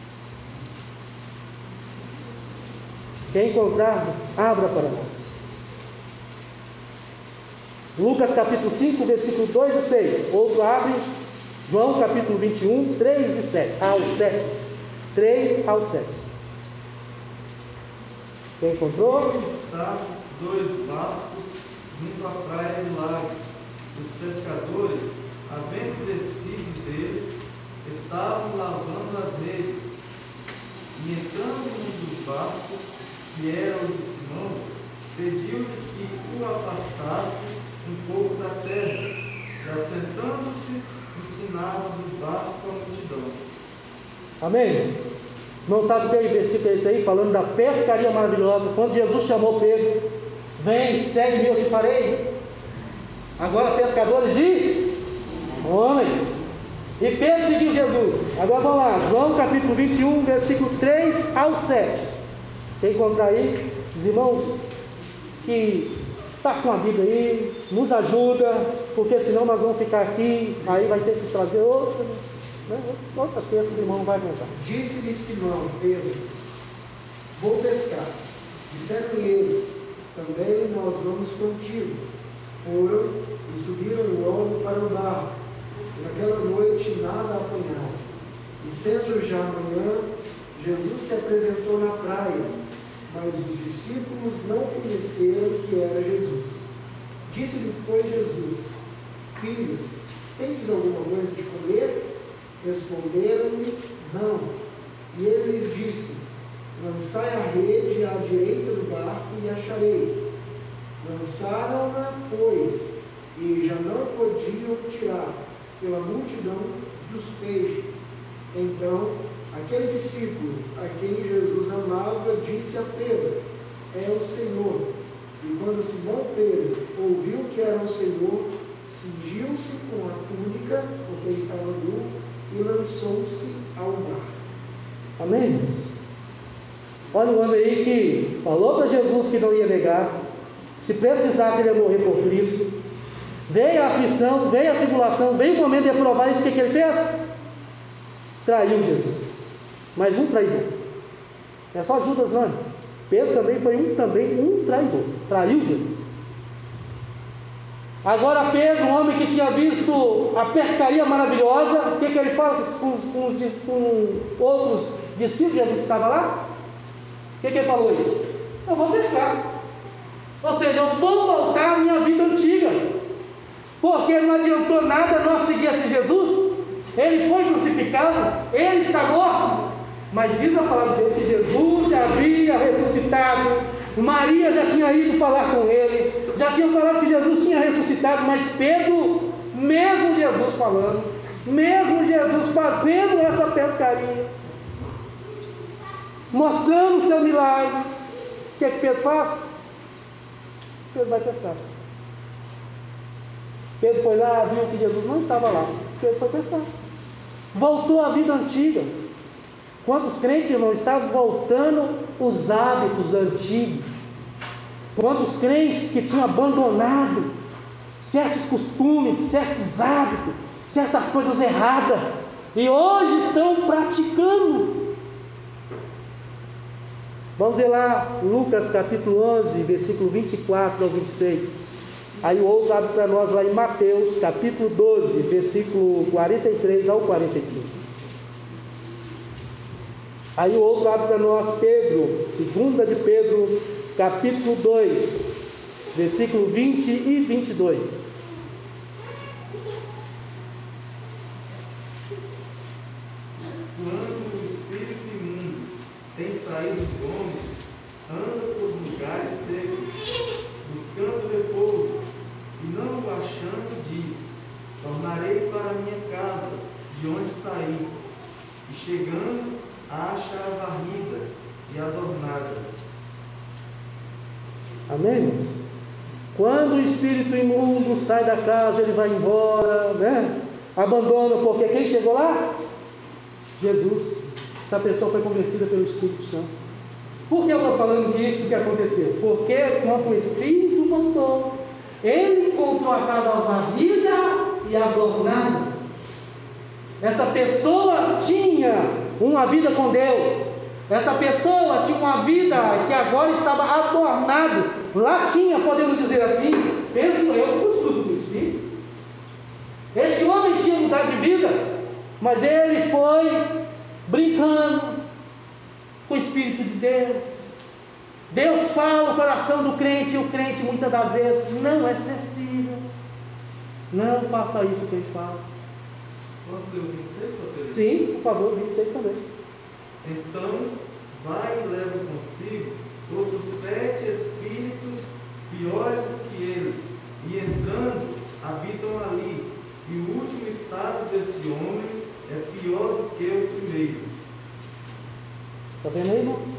Quem encontrar, abra para nós. Lucas capítulo cinco, versículo dois e seis. Outro abre, João capítulo vinte e um, três e sete. Ao sete. três ao sete. Quem encontrou? Estavam dois barcos vindo à praia do lago. Os pescadores, havendo descido deles, estavam lavando as redes. E entrando um dos barcos, que era o de Simão, pediu-lhe que o afastasse um pouco da terra, e assentando-se, ensinava do barco a multidão. Amém? Não sabe o que versículo é esse aí? Falando da pescaria maravilhosa. Quando Jesus chamou Pedro: vem, segue-me, eu te farei. Agora pescadores de homens. E Pedro seguiu Jesus. Agora vamos lá, João capítulo vinte e um, versículo três ao sete. Quem encontrar aí, os irmãos que está com a Bíblia aí, nos ajuda, porque senão nós vamos ficar aqui, aí vai ter que trazer outra, né? outra texto, o irmão vai contar. Disse-lhe Simão, Pedro: vou pescar. Disseram-lhe eles: também nós vamos contigo. Foram e subiram logo para o barco. Naquela noite nada apanharam. E sendo já manhã, Jesus se apresentou na praia, mas os discípulos não conheceram que era Jesus. Disse-lhe, pois, Jesus: filhos, tendes alguma coisa de comer? Responderam-lhe: não. E ele lhes disse: lançai a rede à direita do barco e achareis. Lançaram-na, pois, e já não podiam tirar, pela multidão dos peixes. Então, aquele discípulo a quem Jesus amava disse a Pedro: é o Senhor. E quando Simão Pedro ouviu que era o Senhor, cingiu-se com a túnica, porque estava nu, e lançou-se ao mar. Amém, irmãos? Olha o homem aí que falou para Jesus que não ia negar, se precisasse ele ia morrer por Cristo. Veio a aflição, veio a tribulação, veio o momento de aprovar isso, o que, que ele fez? Traiu Jesus. Mais um traidor. Não é só Judas não. Pedro também foi um, também um traidor. Traiu Jesus. Agora Pedro, um homem que tinha visto a pescaria maravilhosa, o que, que ele fala com, com, com outros discípulos de Jesus que estavam lá? O que, que ele falou aí? Eu vou pescar. Ou seja, eu vou voltar à minha vida antiga. Porque não adiantou nada nós seguir esse Jesus. Ele foi crucificado, ele está morto. Mas diz a palavra de Deus que Jesus já havia ressuscitado. Maria já tinha ido falar com ele, já tinha falado que Jesus tinha ressuscitado. Mas Pedro, mesmo Jesus falando, mesmo Jesus fazendo essa pescaria, mostrando o seu milagre, o que é que Pedro faz? Pedro vai pescar. Pedro foi lá, viu que Jesus não estava lá. Pedro foi pescar. Voltou à vida antiga. Quantos crentes, irmãos, estavam voltando os hábitos antigos? Quantos crentes que tinham abandonado certos costumes, certos hábitos, certas coisas erradas, e hoje estão praticando. Vamos ver lá, Lucas capítulo onze, versículo vinte e quatro ao vinte e seis. Aí o outro abre para nós lá em Mateus capítulo doze, versículo quarenta e três ao quarenta e cinco. Aí o outro abre para nós Pedro, segunda de Pedro, capítulo dois, versículo vinte e vinte e dois. Quando o espírito imundo tem saído do homem, anda por lugares secos, buscando repouso, e não o achando, diz: tornarei para minha casa, de onde saí, e chegando, acha-a varrida e adornada. Amém, irmãos? Quando o espírito imundo sai da casa, ele vai embora, né? Abandona, porque quem chegou lá? Jesus. Essa pessoa foi convencida pelo Espírito Santo. Por que eu estou falando disso que aconteceu? Porque quando o Espírito voltou, ele encontrou a casa varrida e adornada. Essa pessoa tinha uma vida com Deus. Essa pessoa tinha uma vida que agora estava adornada. Lá tinha, podemos dizer assim, penso eu, o estudo do Espírito. Este homem tinha mudado de vida, mas ele foi brincando com o Espírito de Deus. Deus fala o coração do crente, e o crente muitas das vezes não é sensível. Não faça isso que ele faz. Posso ler o vinte e seis, pastor? Sim, por favor, vinte e seis também. Então vai e leva consigo outros sete espíritos piores do que ele, e entrando habitam ali, e o último estado desse homem é pior do que o primeiro. Está vendo aí, irmão?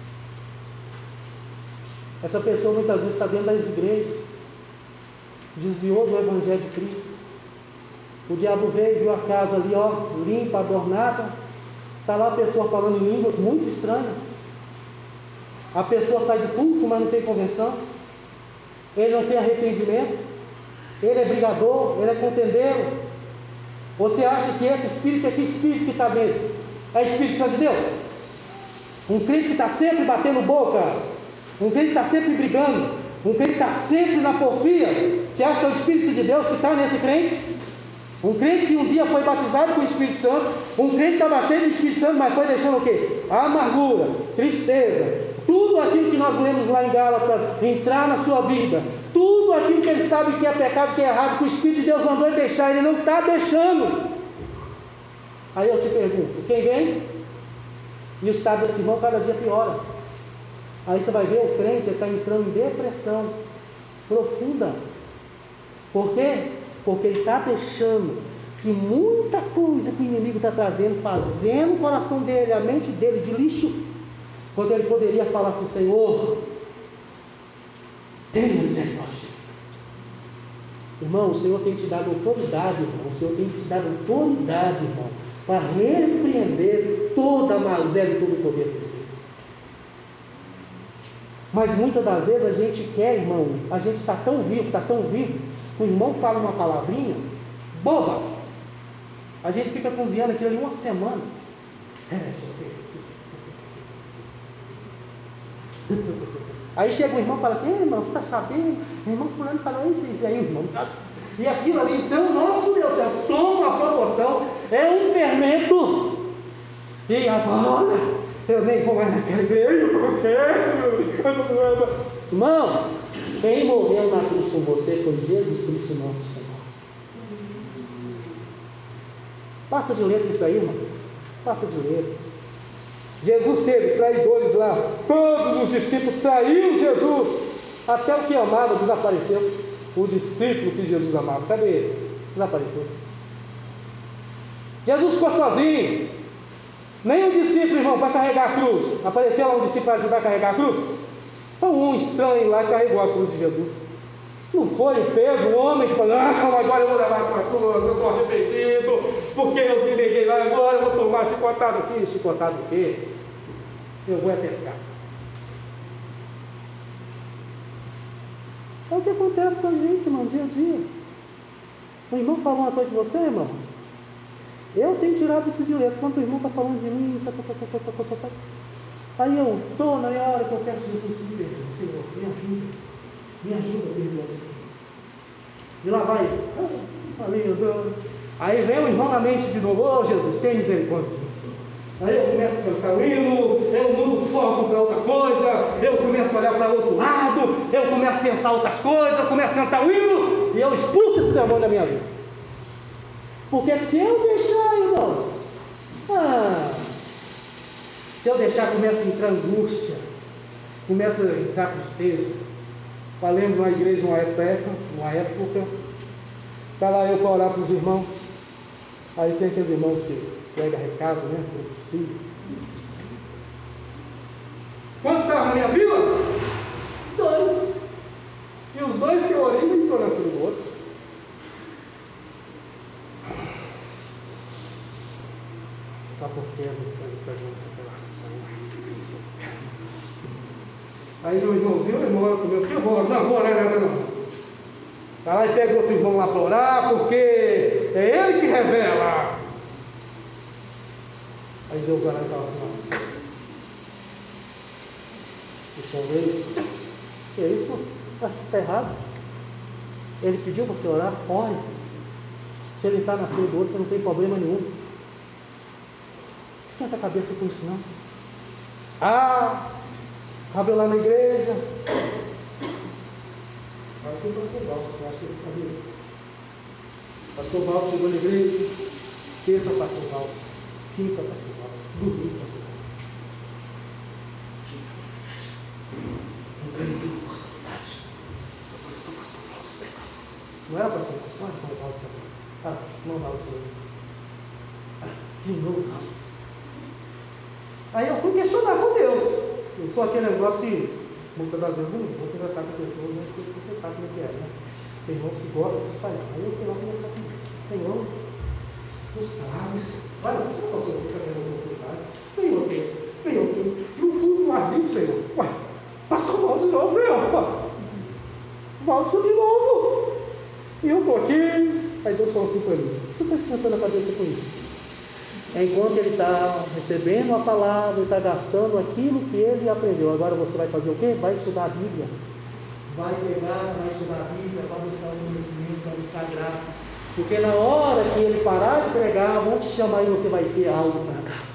Essa pessoa muitas vezes está dentro das igrejas, desviou do Evangelho de Cristo. O diabo veio, viu a casa ali, ó, limpa, adornada. Está lá a pessoa falando em línguas muito estranhas. A pessoa sai do culto, mas não tem convenção. Ele não tem arrependimento. Ele é brigador, ele é contendeiro. Você acha que esse espírito é que espírito que está dentro? É Espírito Santo de Deus? Um crente que está sempre batendo boca, um crente que está sempre brigando, um crente que está sempre na porfia. Você acha que é o Espírito de Deus que está nesse crente? Um crente que um dia foi batizado com o Espírito Santo, um crente que estava cheio do Espírito Santo, mas foi deixando o quê? A amargura, tristeza, tudo aquilo que nós lemos lá em Gálatas, entrar na sua vida, tudo aquilo que ele sabe que é pecado, que é errado, que o Espírito de Deus mandou ele deixar, ele não está deixando. Aí eu te pergunto, quem vem? E o estado desse irmão cada dia piora. Aí você vai ver o crente está entrando em depressão profunda. Por quê? Porque ele está deixando que muita coisa que o inimigo está trazendo, fazendo o coração dele, a mente dele de lixo, quando ele poderia falar assim: Senhor, tenha misericórdia. Irmão, o Senhor tem te dado autoridade, irmão. O Senhor tem te dado autoridade, irmão, para repreender toda a mazela e todo o poder do inimigo. Mas muitas das vezes a gente quer, irmão, a gente está tão vivo, está tão vivo, o irmão fala uma palavrinha boba, a gente fica cozinhando aquilo ali uma semana. Aí chega o irmão e fala assim: irmão, você está sabendo? O irmão fulano falou isso, isso aí, o irmão. E aquilo ali, então, nosso Deus do céu, toma a proporção, é um fermento. E agora, eu nem vou mais naquela igreja, porque. Irmão, quem morreu na cruz com você foi Jesus Cristo, nosso Senhor. Passa de letra isso aí, irmão. Passa de letra. Jesus teve traidores lá, todos os discípulos traíram Jesus, até o que amava desapareceu. O discípulo que Jesus amava, cadê ele? Desapareceu. Jesus ficou sozinho, nem um discípulo, irmão, para carregar a cruz. Apareceu lá um discípulo para ajudar a carregar a cruz? Foi um estranho lá que carregou a cruz de Jesus. Não foi o Pedro, o homem que falou: ah, agora eu vou levar para a cruz, eu estou arrependido, porque eu te liguei lá, agora eu vou tomar chicotado aqui. Chicotado o quê? Eu vou é pescar. É o que acontece com a gente, irmão, dia a dia. O irmão falou uma coisa de você, irmão, eu tenho tirado isso de letra. Quando o irmão está falando de mim, tá, tá, tá, tá, tá, tá, tá. Aí eu estou na hora que eu peço Jesus, Senhor, me ajuda, me ajuda a perdoar isso. E lá vai ele. Ah, meu Deus. Aí vem o irmão na mente de novo: ô oh, Jesus, tem misericórdia. Aí eu começo a cantar o hino, eu mudo o foco para outra coisa, eu começo a olhar para outro lado, eu começo a pensar outras coisas, eu começo a cantar o hino, e eu expulso esse demônio da minha vida. Porque se eu deixar, irmão, ah, se eu deixar, começa a entrar angústia, começa a entrar tristeza. Falei de uma igreja, uma época, uma época, está lá eu para orar para os irmãos, aí tem aqueles irmãos que pega recado, né? Quantos estavam na minha vila? Dois. E os dois que eu orei não estão na fila do outro. Sabe por quê? Aí meu irmãozinho, meu irmão ora comigo, que eu vou orar? Não, vou orar nada não. Vai lá e pega outro irmão lá para orar, porque é ele que revela. Aí Deus vai lá e fala assim: deixa eu ver. Que é isso? Está errado. Ele pediu para você orar? Ore. Se ele está na frente do outro, você não tem problema nenhum. Esquenta a cabeça com isso não. Ah, abre lá na igreja. Mas tem o pastor Valso, eu acho que ele sabia. Pastor Valso chegou na igreja. Terça, pastor Valso. Quinta, pastor Valso. Domingo, pastor Valso. Não quero ter oportunidade. Não era pastor Valso? Não era pastor Valso. Ah, não Valso. Ah, de novo Valso. Aí eu fui questionar com Deus. Eu sou aquele negócio que muitas das vezes não vou conversar com a pessoa, né? Porque você sabe como é que é, né? Tem irmãos que gostam de espalhar. Aí eu fui lá conversar com Deus. Senhor, tu sabes, olha, você não consegue ficar tendo oportunidade. Senhor, pensa, Senhor, eu fui no amigo, Senhor. Ué, pastor Valdo de novo, Senhor. Valdo de novo. E eu estou aqui. Aí Deus falou assim para mim: você está esquentando a cabeça com isso? Enquanto ele está recebendo a palavra, ele está gastando aquilo que ele aprendeu. Agora você vai fazer o quê? Vai estudar a Bíblia. Vai pegar, vai estudar a Bíblia, vai buscar o conhecimento, vai buscar a graça. Porque na hora que ele parar de pregar, vão te chamar e você vai ter algo para dar.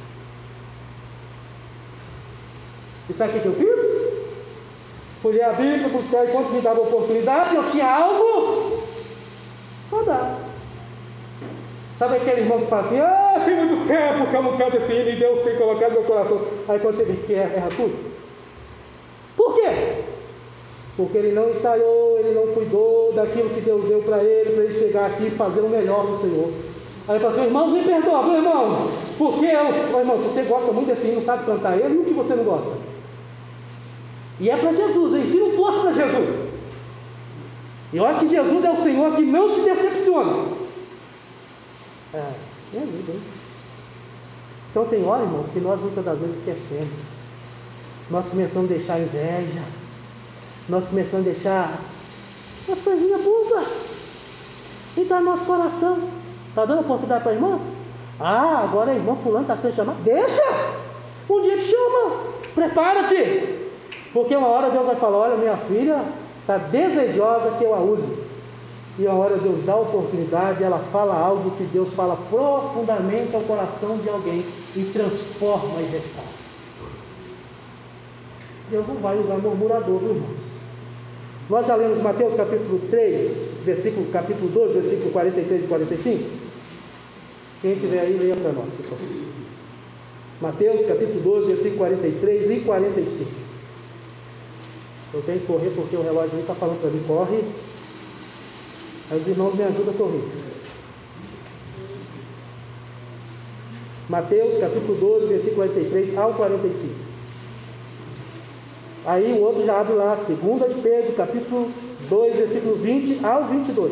E sabe o que eu fiz? Fui ler a Bíblia, buscar, enquanto me dava oportunidade, eu tinha algo para dar. Sabe aquele irmão que fala assim: ah, tem muito tempo que eu não canto esse hino e Deus tem colocado no meu coração. Aí quando você vê que erra, erra tudo. Por quê? Porque ele não ensaiou, ele não cuidou daquilo que Deus deu para ele, para ele chegar aqui e fazer o melhor do Senhor. Aí ele fala assim: irmãos, me perdoa, meu irmão, porque eu, meu irmão, se você gosta muito desse hino, sabe cantar ele, e o que você não gosta? E é para Jesus, hein? Se não fosse para Jesus, E olha que Jesus é o Senhor que não te decepciona. É, é vida, hein? Então tem hora, irmãos, que nós muitas das vezes esquecemos. Nós começamos a deixar inveja. Nós começamos a deixar umas coisinhas bobas entrar no nosso coração. Está dando oportunidade para a irmã? Ah, agora a irmã fulano está sendo chamada. Deixa! Um dia te chama. Prepara-te. Porque uma hora Deus vai falar: olha, minha filha está desejosa que eu a use. E uma hora Deus dá a oportunidade, ela fala algo que Deus fala profundamente ao coração de alguém e transforma e restaura. Deus não vai usar murmurador, viu, irmãos? Nós já lemos Mateus capítulo três, versículo, capítulo dois, versículo quarenta e três e quarenta e cinco. Quem tiver aí, leia para nós, por favor. Mateus capítulo doze, versículo quarenta e três e quarenta e cinco. Eu tenho que correr porque o relógio aí está falando para mim: corre. Aí os irmãos me ajudam a correr. Mateus capítulo doze, versículo quarenta e três ao quarenta e cinco. Aí o outro já abre lá, segunda de Pedro, capítulo dois, versículo vinte ao vinte e dois.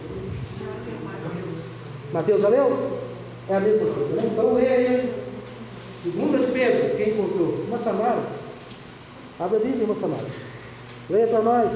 Mateus já leu? É a mesma coisa, né? Então leia aí. segunda de Pedro, quem encontrou? Irmã Samara. Abre a Bíblia, irmã Samara. Leia para nós.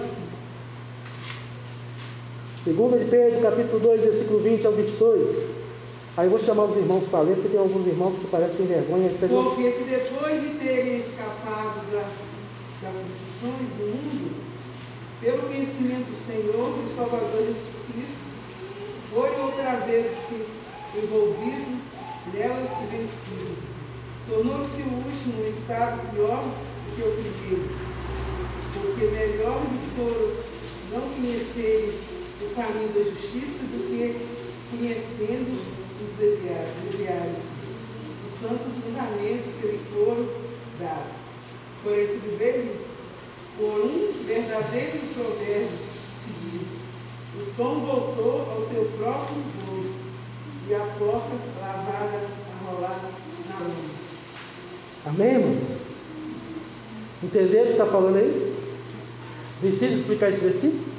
segunda de Pedro, capítulo dois, versículo vinte ao vinte e dois. Aí eu vou chamar os irmãos para ler, porque tem alguns irmãos que parecem que têm vergonha. Porque se depois de terem escapado da, das aflições do mundo, pelo conhecimento do Senhor e Salvador Jesus Cristo, foram outra vez envolvidos nelas e vencidos, tornou-se o último um estado pior do que o primeiro, porque melhor lhe foram não conhecerem o caminho da justiça do que conhecendo os desviados, o santo fundamento que lhe foram dados. Porém, se viveres por um verdadeiro provérbio que diz: o pão voltou ao seu próprio voo e a porta lavada a rolar na lama. Amém, irmãos? Entenderam o que está falando aí? Precisa explicar esse versículo?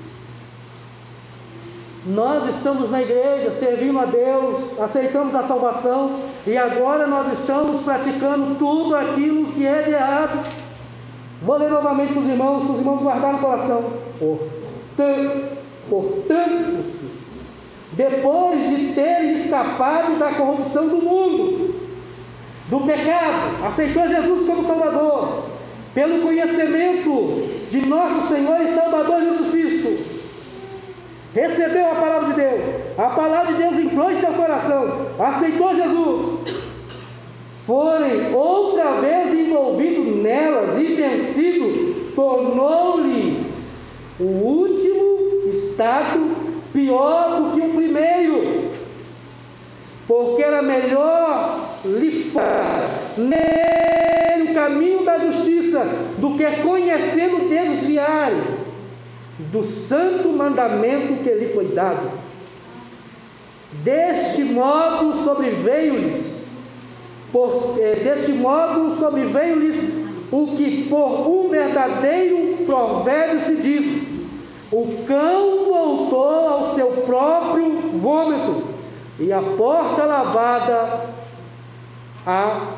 Nós estamos na igreja, servindo a Deus, aceitamos a salvação e agora nós estamos praticando tudo aquilo que é de errado. Vou ler novamente para os irmãos, para os irmãos guardarem no coração. Portanto, portanto, depois de terem escapado da corrupção do mundo, do pecado, aceitou Jesus como Salvador, pelo conhecimento de nosso Senhor e Salvador Jesus Cristo, recebeu a palavra de Deus, a palavra de Deus entrou em seu coração, aceitou Jesus, forem outra vez envolvido nelas e vencido, tornou-lhe o último estado pior do que o primeiro, porque era melhor livrar nele o caminho da justiça do que conhecendo desviar do santo mandamento que lhe foi dado. Deste modo sobreveio-lhes por, eh, deste modo sobreveio-lhes o que por um verdadeiro provérbio se diz: o cão voltou ao seu próprio vômito e a porta lavada a,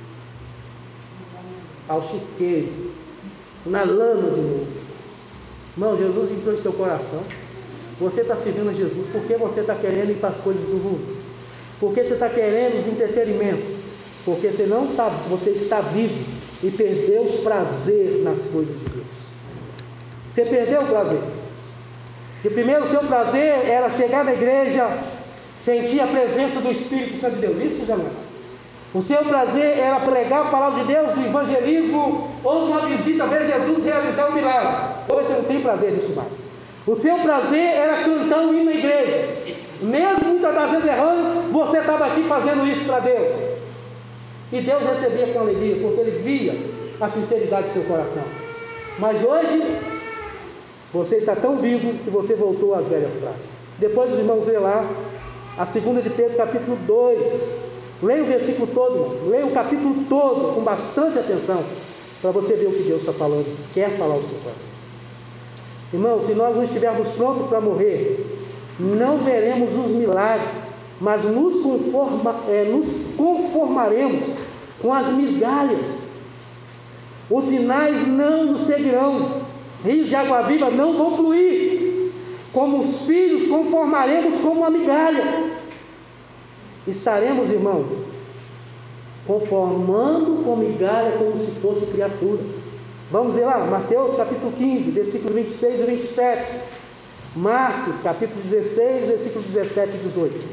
ao chiqueiro, na lama de novo. Irmão, Jesus entrou em seu coração. Você está servindo a Jesus porque você está querendo ir para as coisas do mundo, porque você está querendo os entretenimentos, porque você, não tá, você está vivo e perdeu o prazer nas coisas de Deus. Você perdeu o prazer. De primeiro, o seu prazer era chegar na igreja, sentir a presença do Espírito Santo de Deus. Isso já não é. O seu prazer era pregar a palavra de Deus, do evangelismo, ou uma visita, ver Jesus realizar um milagre. Hoje você não tem prazer nisso mais. O seu prazer era cantar um hino na igreja. Mesmo muitas das vezes errando, você estava aqui fazendo isso para Deus. E Deus recebia com alegria, porque Ele via a sinceridade do seu coração. Mas hoje, você está tão vivo que você voltou às velhas práticas. Depois os irmãos lêem lá, a segunda de Pedro, capítulo dois. Leia o versículo todo, irmão. Leia o capítulo todo, com bastante atenção, para você ver o que Deus está falando, quer falar ao seu coração. Irmão, se nós não estivermos prontos para morrer, não veremos os milagres, mas nos, conforma, é, nos conformaremos com as migalhas. Os sinais não nos seguirão, rios de água viva não vão fluir. Como os filhos, conformaremos como uma migalha. Estaremos, irmão, conformando com migalha como se fosse criatura. Vamos ver lá, Mateus capítulo quinze, versículo vinte e seis e vinte e sete. Marcos capítulo dezesseis, versículo dezessete e dezoito.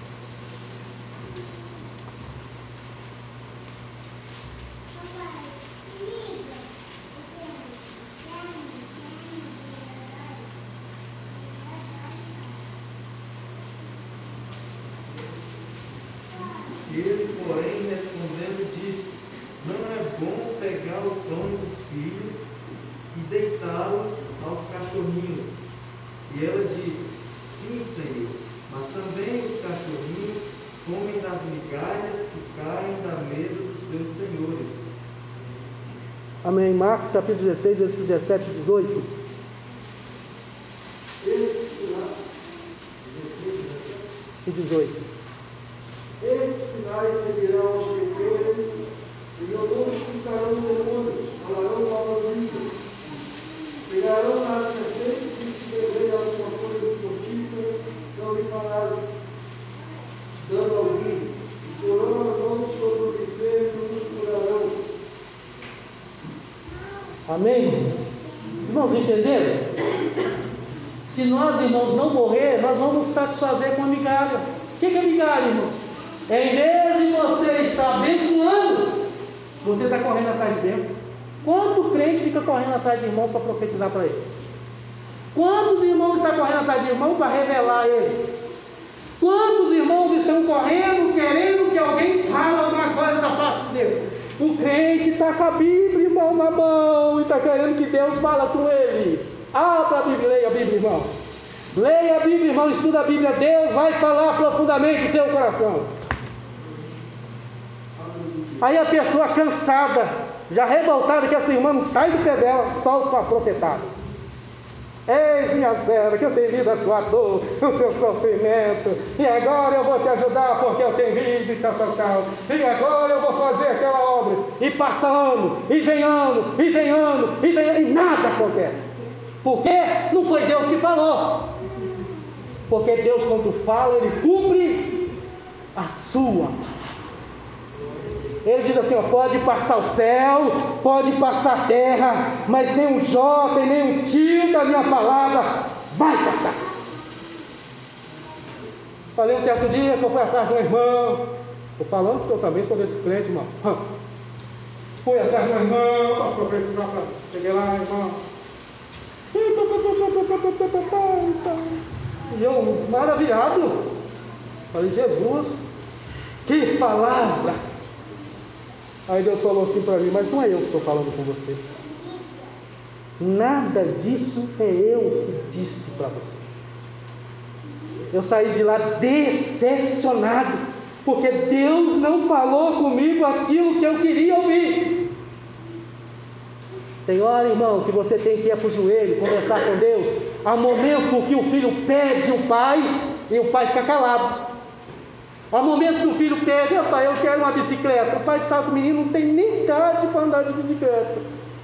Ele, porém, respondendo, disse: não é bom pegar o pão dos filhos e deitá-los aos cachorrinhos. E ela disse: sim, Senhor, mas também os cachorrinhos comem das migalhas que caem da mesa dos seus senhores. Amém. Marcos capítulo dezesseis, versículo dezessete e dezoito. E dezoito. Esses sinais seguirão aos que creem, e meu nome expulsarão demônios, falarão novas línguas, pegarão nas serpentes e se beberem alguma coisa mortífera, não lhe farás dano algum, e porão as mãos sobre os enfermos e nos curarão. Amém, irmãos? Irmãos, entenderam? Se nós, irmãos, não morrer, nós vamos nos satisfazer com a migalha. O que é migalha, irmão? Em vez de você estar abençoando, você está correndo atrás de bênção. Quanto crente fica correndo atrás de irmãos para profetizar para ele? Quantos irmãos estão correndo atrás de irmão para revelar ele? Quantos irmãos estão correndo, querendo que alguém fale alguma coisa da parte de Deus? O crente está com a Bíblia, irmão, na mão, e está querendo que Deus fale com ele. Abra a Bíblia, leia a Bíblia, irmão. Leia a Bíblia, irmão, estuda a Bíblia. Deus vai falar profundamente no seu coração. Aí a pessoa cansada, já revoltada que essa irmã não sai do pé dela, solta uma profetada. Eis minha serva, que eu tenho visto a sua dor, o seu sofrimento, e agora eu vou te ajudar porque eu tenho visto e tal, tal, tal. E agora eu vou fazer aquela obra. E passa ano, e vem ano, e vem ano, e vem ano, e nada acontece. Por quê? Não foi Deus que falou. Porque Deus, quando fala, Ele cumpre a sua palavra. Ele diz assim, ó, pode passar o céu, pode passar a terra, mas nem um jota e nem um tio da minha palavra vai passar. Falei um certo dia que eu fui atrás de um irmão, estou falando porque eu também sou desse crente, irmão. Fui atrás de um irmão, para profetizar, cheguei lá, irmão. E eu, maravilhado, falei, Jesus, que palavra! Aí Deus falou assim para mim, mas não é eu que estou falando com você. Nada disso é eu que disse para você. Eu saí de lá decepcionado, porque Deus não falou comigo aquilo que eu queria ouvir. Tem hora, irmão, que você tem que ir para o joelho, conversar com Deus. Há momento que o filho pede o pai e o pai fica calado. Há momento que o filho pede, oh, pai, eu quero uma bicicleta. O pai sabe que o menino não tem nem idade para andar de bicicleta.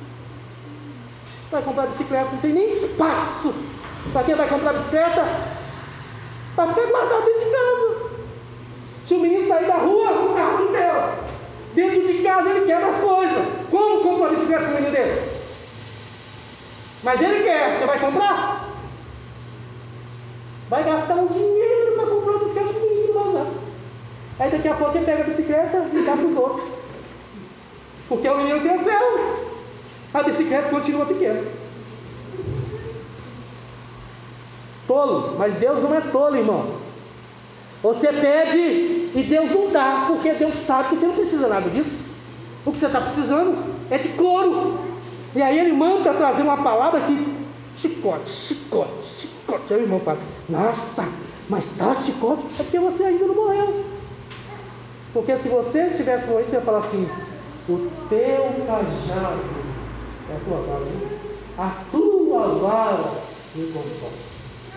Vai comprar bicicleta, não tem nem espaço. Para quem vai comprar bicicleta? Para ficar guardado dentro de casa. Se o menino sair da rua, o carro não quebra. Dentro de casa ele quebra as coisas. Como compra uma bicicleta com um menino desse? Mas ele quer, você vai comprar? Vai gastar um dinheiro para comprar uma bicicleta que o menino vai usar. Aí daqui a pouco ele pega a bicicleta e dá para os outros. Porque o menino cresceu. A bicicleta continua pequena. Tolo, mas Deus não é tolo, irmão. Você pede e Deus não dá, porque Deus sabe que você não precisa nada disso. O que você está precisando é de couro. E aí Ele manda trazer uma palavra que chicote, chicote, chicote. Aí o irmão fala, nossa, mas só chicote? É porque você ainda não morreu. Porque se você tivesse morrido, você ia falar assim, o teu cajado é a tua vara, a tua tua vara me consola.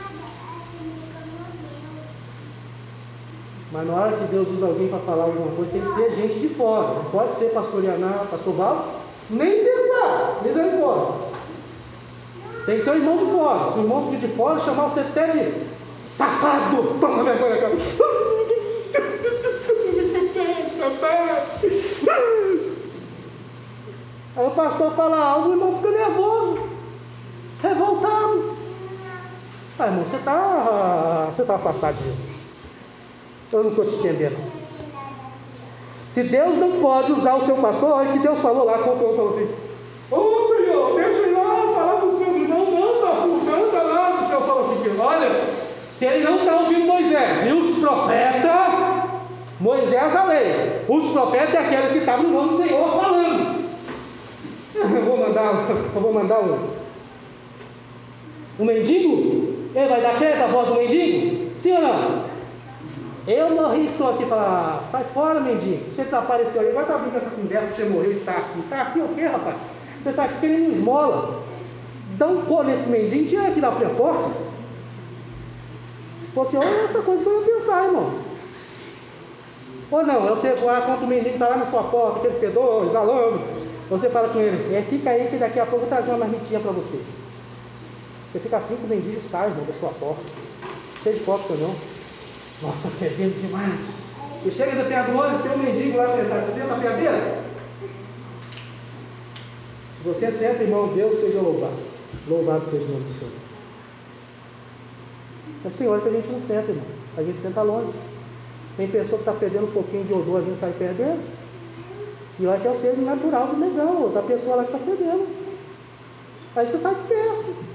Mas na hora que Deus usa alguém para falar alguma coisa, tem que ser gente de fora. Não pode ser pastor Ianá, pastor Val, nem pensar, misericórdia. Tem que ser o irmão de fora. Se o irmão de fora chamar você até de safado, toma vergonha na cara. Aí o pastor fala algo, o irmão fica nervoso, revoltado. Ah, irmão, você está você tá afastado de Jesus. Eu não estou te entendendo. Se Deus não pode usar o seu pastor, olha o que Deus falou lá, quando eu falou assim: ô oh, Senhor, deixa ele lá falar com os seus irmãos, manda, manda lá. O Senhor falou assim: olha, se ele não está ouvindo Moisés e os profetas, Moisés a lei, os profetas é aquele que estava no nome do Senhor falando. Eu vou mandar, eu vou mandar um, um mendigo? Ele vai dar crédito à voz do mendigo? Sim ou não? Eu morri, estou aqui para falar, sai fora, mendigo. Você desapareceu aí, vai estar abrindo essa conversa, você morreu, está aqui. Está aqui o quê, rapaz? Você está aqui querendo esmola. Dá um pô nesse mendigo, tira aqui da frente porta. Você, olha essa coisa que eu ia pensar, irmão. Ou não, você vai contra o mendigo que está lá na sua porta, aquele fedor, exalando. Você fala com ele: é, fica aí que daqui a pouco eu vou trazer uma marmitinha para você. Você fica afim que o mendigo sai, irmão, da sua porta. Cheio de porta não. Nossa, fedendo demais. Você chega da perto do ônibus, tem um mendigo lá sentado. Você senta a perdeira? Se você senta, irmão, Deus seja louvado. Louvado seja o nome do Senhor. Mas tem hora que a gente não senta, irmão. A gente senta longe. Tem pessoa que está perdendo um pouquinho de odor, a gente sai perdendo. E olha que é o ser natural do negão, outra pessoa lá que está perdendo. Aí você sai de perto.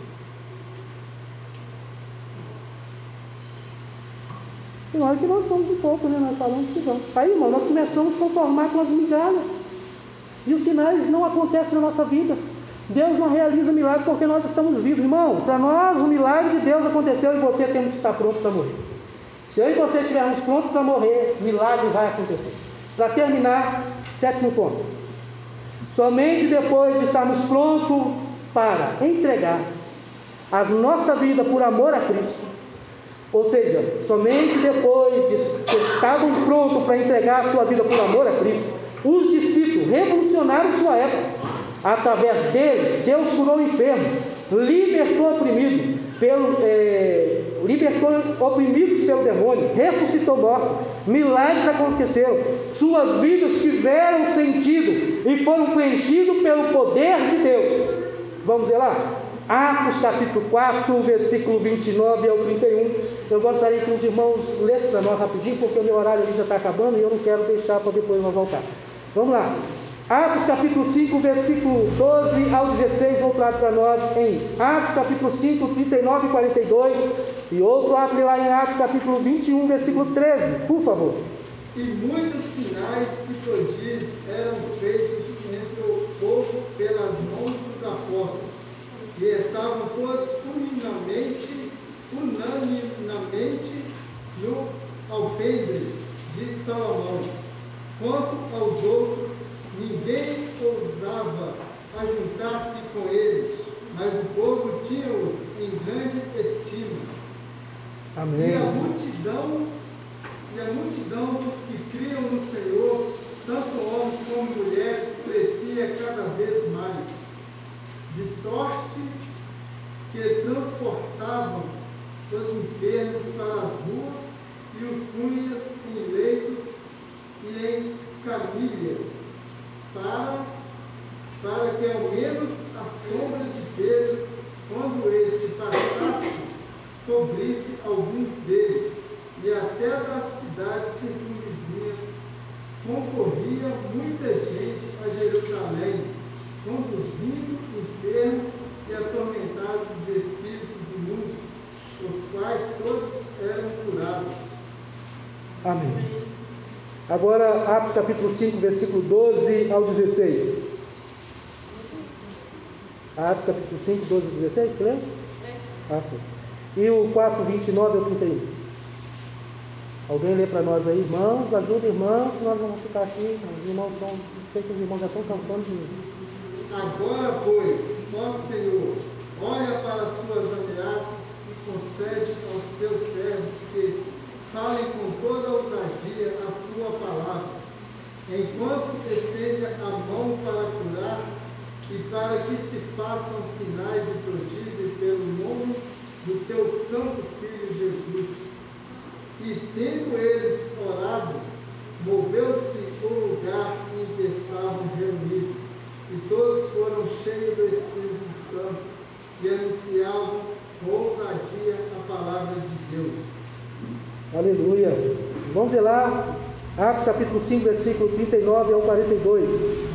Tem hora que nós somos um pouco, né? Nós falamos que vamos. Aí, irmão, nós começamos a conformar com as migalhas. E os sinais não acontecem na nossa vida. Deus não realiza milagre porque nós estamos vivos. Irmão, para nós o milagre de Deus aconteceu e você temos que estar pronto para morrer. Se eu e você estivermos prontos para morrer, milagre vai acontecer. Para terminar, sétimo ponto. Somente depois de estarmos prontos para entregar a nossa vida por amor a Cristo, ou seja, somente depois de que estavam prontos para entregar a sua vida por amor a Cristo, os discípulos revolucionaram sua época. Através deles, Deus curou o enfermo, libertou o oprimido, pelo, é, libertou oprimidos pelo demônio, ressuscitou mortos, milagres aconteceram, suas vidas tiveram sentido e foram preenchidos pelo poder de Deus. Vamos ver lá? Atos capítulo quatro, versículo vinte e nove ao trinta e um. Eu gostaria que os irmãos lessem para nós rapidinho, porque o meu horário ali já está acabando e eu não quero deixar para depois nós voltar. Vamos lá. Atos capítulo cinco, versículo doze ao dezesseis, voltado para nós em Atos capítulo cinco, trinta e nove e quarenta e dois, e outro abre lá em Atos capítulo vinte e um, versículo treze, por favor. E muitos sinais e prodígios eram feitos entre o povo pelas mãos dos apóstolos, e estavam todos unanimemente, unanimemente no alpendre de Salomão. Quanto aos outros, ninguém ousava ajuntar-se com eles, mas o povo tinha-os em grande estima. Amém. E a multidão, e a multidão dos que criam no Senhor, tanto homens como mulheres, crescia cada vez mais, de sorte que transportavam os enfermos para as ruas e os punhas em leitos e em camilhas, para, para que ao menos a sombra de Pedro, quando este passasse, cobrisse alguns deles, e até das cidades circunvizinhas concorria muita gente a Jerusalém, conduzindo enfermos e atormentados de espíritos imundos, os quais todos eram curados. Amém. Agora, Atos capítulo cinco, versículo doze ao dezesseis. Atos capítulo cinco, doze ao dezesseis, você lembra? Ah, sim. E o quatro, vinte e nove ao trinta e um. Alguém lê para nós aí, irmãos, ajuda irmãos, nós vamos ficar aqui, os irmãos são, sei que os irmãos já estão cansando de mim. Agora, pois, ó Senhor, olha para as suas ameaças e concede aos teus servos que falem com toda ousadia a tua palavra, enquanto esteja a mão para curar e para que se façam sinais e prodígios pelo nome do teu santo Filho Jesus. E tendo eles orado, moveu-se o lugar em que estavam reunidos, e todos foram cheios do Espírito Santo e anunciavam com ousadia a palavra de Deus. Aleluia. Vamos ver lá, Atos capítulo cinco, versículo trinta e nove ao quarenta e dois.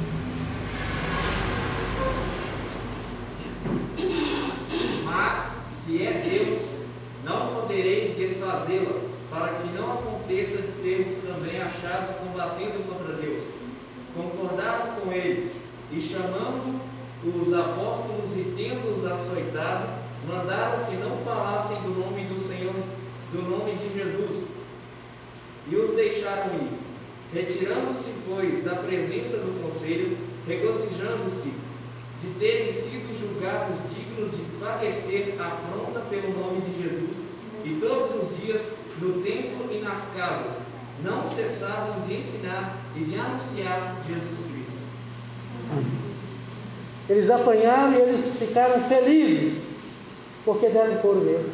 Mas, se é Deus, não podereis desfazê-la, para que não aconteça de sermos também achados combatendo contra Deus. Concordaram com ele, e chamando os apóstolos e tendo-os açoitado, mandaram que não falassem do nome do Senhor, do nome de Jesus, e os deixaram ir. Retirando-se, pois, da presença do conselho, regozijando-se de terem sido julgados dignos de padecer afronta pelo nome de Jesus, e todos os dias, no templo e nas casas, não cessavam de ensinar e de anunciar Jesus Cristo. Eles apanharam e eles ficaram felizes, porque deram couro mesmo.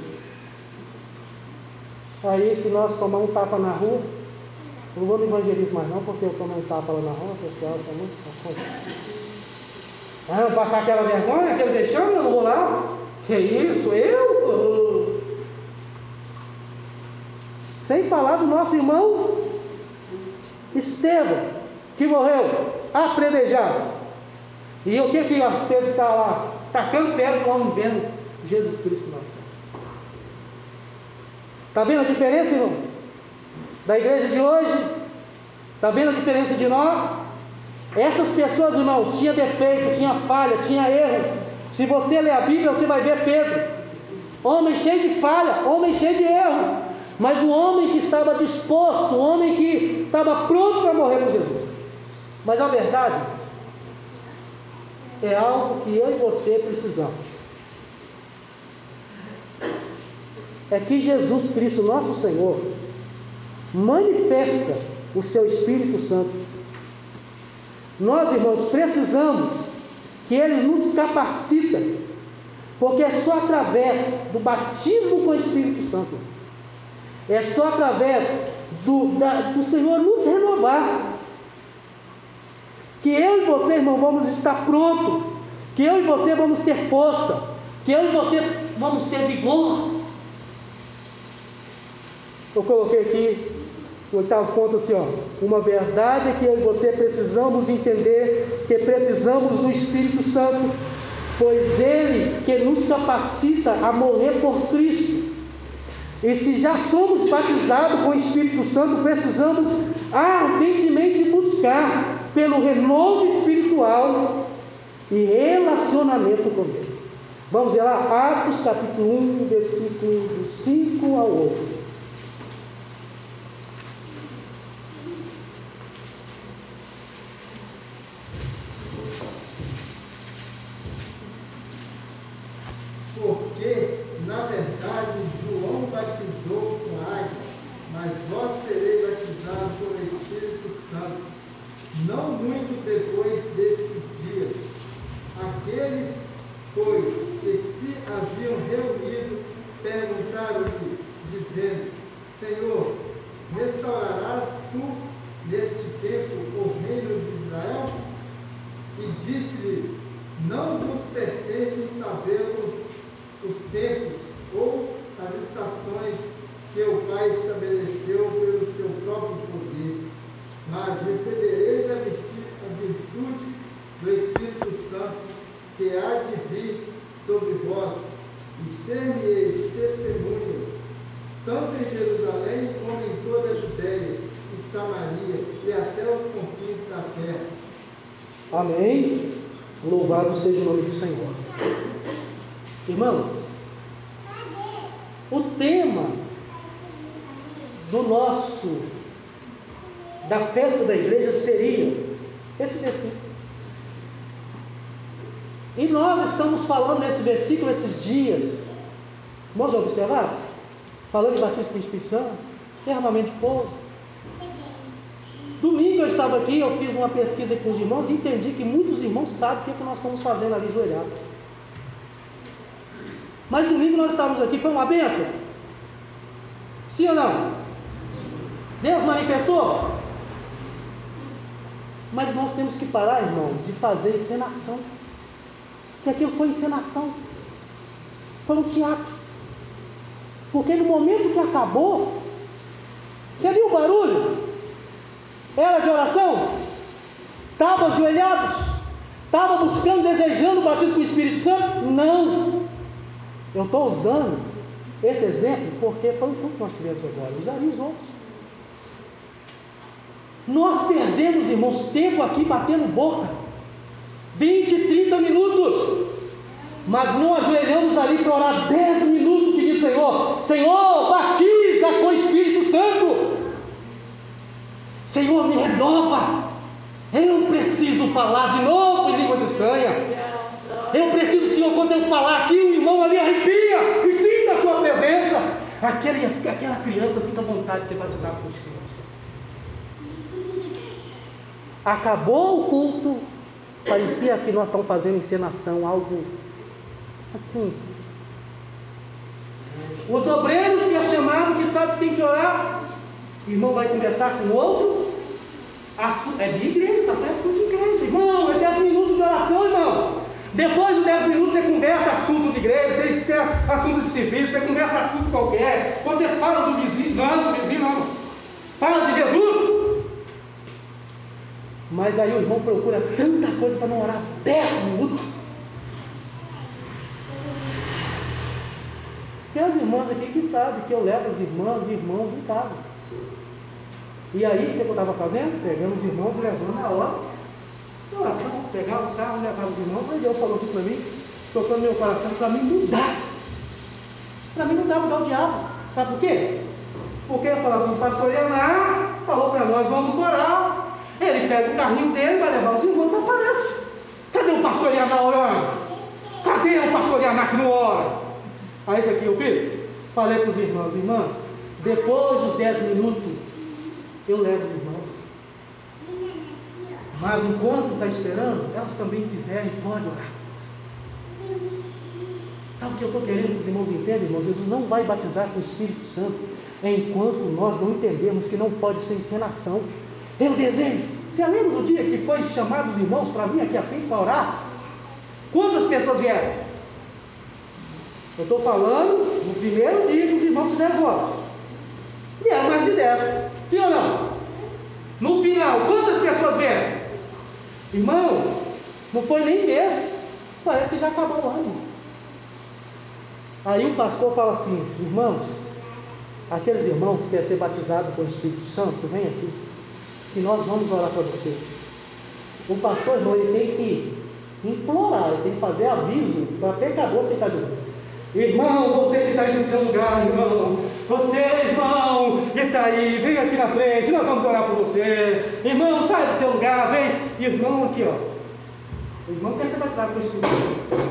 Aí, se nós tomar um tapa na rua, não vou no evangelismo mais não, porque eu tomei um tapa lá na rua, o pessoal está muito... Ah, não passar aquela vergonha, aquele vexame, eu não vou lá. Que isso, eu? Sem falar do nosso irmão Estevão, que morreu apredejado. E o que que as Pedro está lá? Tacando pedra do homem vendo Jesus Cristo nosso. Está vendo a diferença, irmão? Da igreja de hoje? Está vendo a diferença de nós? Essas pessoas, irmãos, tinha defeito, tinha falha, tinha erro. Se você ler a Bíblia, você vai ver Pedro, homem cheio de falha, homem cheio de erro, mas o homem que estava disposto, o homem que estava pronto para morrer por Jesus. Mas a verdade é algo que eu e você precisamos. É que Jesus Cristo, nosso Senhor, manifesta o seu Espírito Santo. Nós, irmãos, precisamos que Ele nos capacita, porque é só através do batismo com o Espírito Santo, é só através do, da, do Senhor nos renovar, que eu e você, irmão, vamos estar prontos, que eu e você vamos ter força, que eu e você vamos ter vigor. Eu coloquei aqui o oitavo ponto assim, ó. Uma verdade é que eu e você precisamos entender que precisamos do Espírito Santo, pois Ele que nos capacita a morrer por Cristo. E se já somos batizados com o Espírito Santo, precisamos ardentemente buscar pelo renovo espiritual e relacionamento com Deus. Vamos ver lá, Atos capítulo um, versículo do cinco ao oito. Porque, na verdade, João batizou com água, mas vós sereis batizados pelo Espírito Santo, não muito depois destes dias. Aqueles, pois, que se haviam reunido, perguntaram-lhe, dizendo: Senhor, restaurarás tu neste tempo o reino de Israel? E disse-lhes: Não vos pertencem saber os tempos ou as estações que o Pai estabeleceu pelo seu próprio poder, mas recebereis a virtude do Espírito Santo, que há de vir sobre vós, e ser-me-eis testemunhas, tanto em Jerusalém como em toda a Judéia e Samaria, e até os confins da terra. Amém. Louvado seja o nome do Senhor. Irmãos, o tema do nosso, da festa da igreja seria esse versículo. E nós estamos falando nesse versículo esses dias. Irmãos, já observaram? Falando de batismo com o Espírito Santo, derramamento de fogo. Domingo eu estava aqui, eu fiz uma pesquisa com os irmãos e entendi que muitos irmãos sabem o que, é que nós estamos fazendo ali joelhado. Mas domingo nós estávamos aqui, foi uma bênção? Sim ou não? Deus manifestou? Mas nós temos que parar, irmão, de fazer encenação. Porque aquilo foi encenação. Foi um teatro. Porque no momento que acabou, você viu o barulho? Era de oração? Estavam ajoelhados? Estavam buscando, desejando o batismo com o Espírito Santo? Não! Eu estou usando esse exemplo porque foi o que nós tivemos agora. Usaria os outros. Nós perdemos, irmãos, tempo aqui batendo boca. vinte, trinta minutos. Mas não ajoelhamos ali para orar dez minutos e pedir, Senhor, Senhor, batiza com o Espírito Santo. Senhor, me renova. Eu preciso falar de novo em línguas estranhas. Eu preciso, Senhor, quando eu falar aqui, o irmão ali arrepia e sinta a tua presença. Aquela, aquela criança sinta vontade de ser batizada com o Espírito Santo. Acabou o culto, parecia que nós estamos fazendo encenação, algo assim. Os obreiros que é chamado, que sabe que tem que orar, o irmão vai conversar com o outro, é de igreja, é assunto de igreja, irmão, é dez minutos de oração, irmão. Depois de dez minutos você conversa assunto de igreja, você espera assunto de serviço, você conversa assunto qualquer, você fala do vizinho, não, do vizinho não, fala de Jesus. Mas aí o irmão procura tanta coisa para não orar dez minutos. Tem as irmãs aqui que sabem que eu levo as irmãs e irmãos em casa. E aí, o que eu estava fazendo? Pegando os irmãos e levando na hora de oração, pegava o carro, levava os irmãos, mas Deus falou assim para mim, tocando no meu coração, para mim mudar. Para mim não dá mudar o diabo. Sabe por quê? Porque eu falo assim, o pastor Ianá falou para nós, vamos orar. Ele pega o carrinho dele, vai levar os irmãos, aparece. Cadê o pastor Ianá orando? Cadê o pastor Ianá que não ora? Aí isso aqui eu fiz? Falei para os irmãos, irmãs, depois dos dez minutos, eu levo os irmãos. Mas enquanto está esperando, elas também quiserem, pode orar. Sabe o que eu estou querendo que os irmãos entendam, irmãos? Jesus não vai batizar com o Espírito Santo enquanto nós não entendemos que não pode ser encenação. Eu desejo. Você lembra do dia que foi chamado os irmãos para vir aqui à frente para orar? Quantas pessoas vieram? Eu estou falando no primeiro dia que os irmãos fizeram voto. Vieram mais de dez. Sim ou não? No final, quantas pessoas vieram? Irmão, não foi nem mês. Parece que já acabou o ano. Aí o pastor fala assim, irmãos, aqueles irmãos que querem ser batizados com o Espírito Santo, vem aqui, que nós vamos orar para você. O pastor, irmão, ele tem que implorar, ele tem que fazer aviso para pecador aceitar Jesus. Irmão, você que está aí no seu lugar, irmão, você, irmão, que está aí, vem aqui na frente, nós vamos orar por você. Irmão, sai do seu lugar, vem. Irmão, aqui, ó. O irmão quer ser batizado com o Espírito Santo.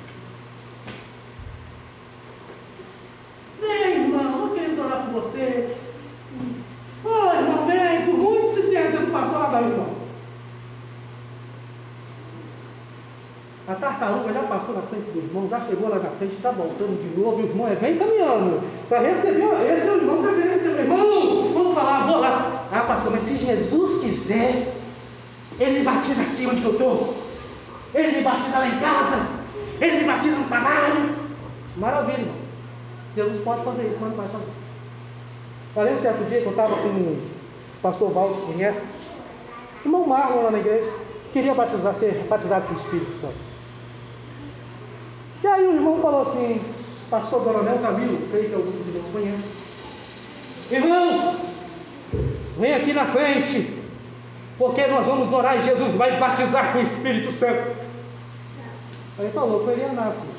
Vem, irmão, nós queremos orar por você. Ô, irmão, vem, por muita insistência do pastor lá, irmão. A tartaruga já passou na frente do irmão, já chegou lá na frente, está voltando de novo, e o irmão vem caminhando para receber. Esse é o irmão que está querendo receber. Irmão, vamos falar, vou lá. Ah, pastor, mas se Jesus quiser, Ele me batiza aqui onde eu estou. Ele me batiza lá em casa. Ele me batiza no trabalho. Maravilha, irmão. Jesus pode fazer isso, mas não vai fazer. Falei um certo dia que eu estava com o pastor Valdo, conhece? Irmão Marlon lá na igreja. Queria batizar, ser batizado com o Espírito Santo. E aí o irmão falou assim, pastor Coronel Camilo, creio que alguns irmãos conhecem. Irmãos, vem aqui na frente, porque nós vamos orar e Jesus vai batizar com o Espírito Santo. Aí falou, foi Eliana assim.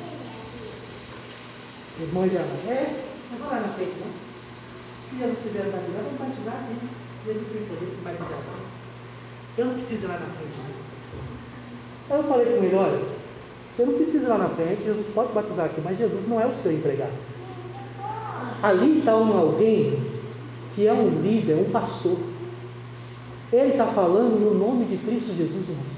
Irmão Eliana, é, mas vou lá na frente, não? Se Jesus quiser batizar, vamos batizar aqui. Jesus tem poder de batizar. Eu não preciso ir lá na frente, não. Aí eu falei com ele, olha, Você não precisa ir lá na frente, Jesus pode batizar aqui, mas Jesus não é o seu empregado. Ali está um alguém que é um líder, um pastor. Ele está falando no nome de Cristo Jesus, irmão.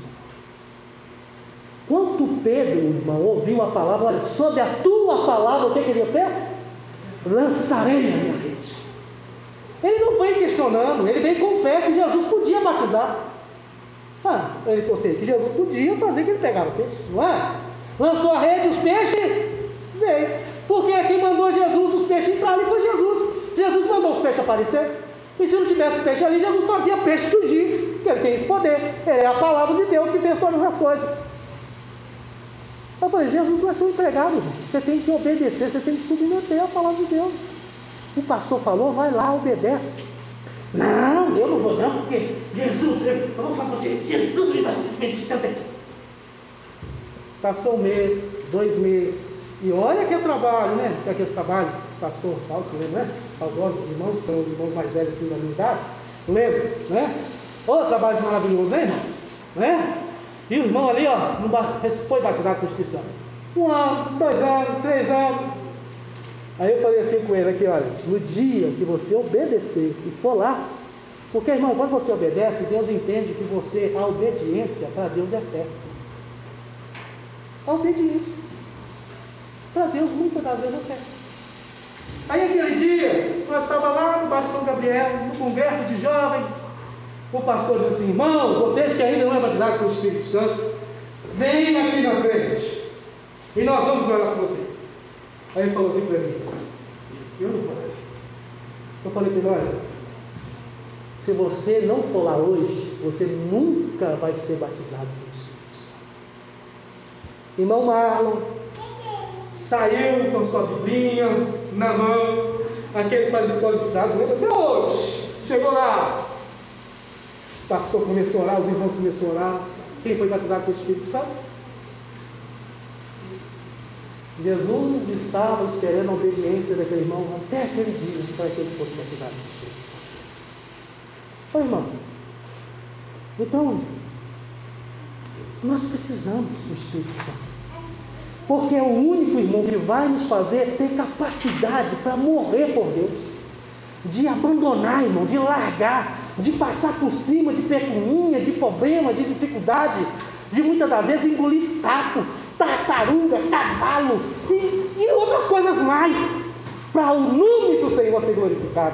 Quando Pedro, irmão, ouviu a palavra, olha, sob a tua palavra, o que, que ele fez? Lançarei a minha rede. Ele não veio questionando, ele veio com fé que Jesus podia batizar. Ah, ele falou assim, que Jesus podia fazer que ele pegava peixe, não é? Lançou a rede, os peixes, veio. Porque quem mandou Jesus os peixes entrar ali foi Jesus. Jesus mandou os peixes aparecer. E se não tivesse peixe ali, Jesus fazia peixe surgir, porque ele tem esse poder. Ele é a palavra de Deus que fez todas as coisas. Eu falei, Jesus não é seu empregado, irmão. Você tem que obedecer, você tem que submeter a palavra de Deus. O pastor falou, vai lá, obedece. Não, eu não vou não, porque Jesus, eu vou falar para você, Jesus me batiza, Espírito Santo aqui. Passou um mês, dois meses, e olha que trabalho, né? Que é aquele trabalho, pastor Paulo, você lembra, né? Saudosos irmãos, que são os irmãos mais velhos assim da minha idade, lembra, né? Ô, trabalho maravilhoso, hein, irmão? Né? E o irmão ali, ó, foi batizado com o Espírito Santo. Um ano, dois anos, três anos. Aí eu falei assim com ele aqui, olha, no dia que você obedecer e for lá, porque, irmão, quando você obedece, Deus entende que você, a obediência para Deus é fé. A obediência para Deus muitas das vezes é fé. Aí aquele dia, nós estávamos lá no Baixo São Gabriel, no congresso de jovens, o pastor disse assim, irmãos, vocês que ainda não é batizado com o Espírito Santo, venham aqui na frente, e nós vamos orar com você. Aí ele falou assim para mim, eu não vou. Eu falei para ele, olha, se você não for lá hoje, você nunca vai ser batizado com o Espírito Santo. Irmão Marlon saiu com sua biblinha na mão, aquele palestrado, lembra até hoje, chegou lá, o pastor começou a orar, os irmãos começaram a orar, quem foi batizado com o Espírito Santo? Jesus estava esperando a obediência daquele irmão até aquele dia para que ele fosse batizado com o Espírito Santo. Ô irmão, então, nós precisamos do Espírito Santo. Porque é o único, irmão, que vai nos fazer ter capacidade para morrer por Deus. De abandonar, irmão, de largar, de passar por cima de pecuninha, de problema, de dificuldade, de muitas das vezes engolir sapo, tartaruga, cavalo e, e outras coisas mais, para o nome do Senhor ser glorificado.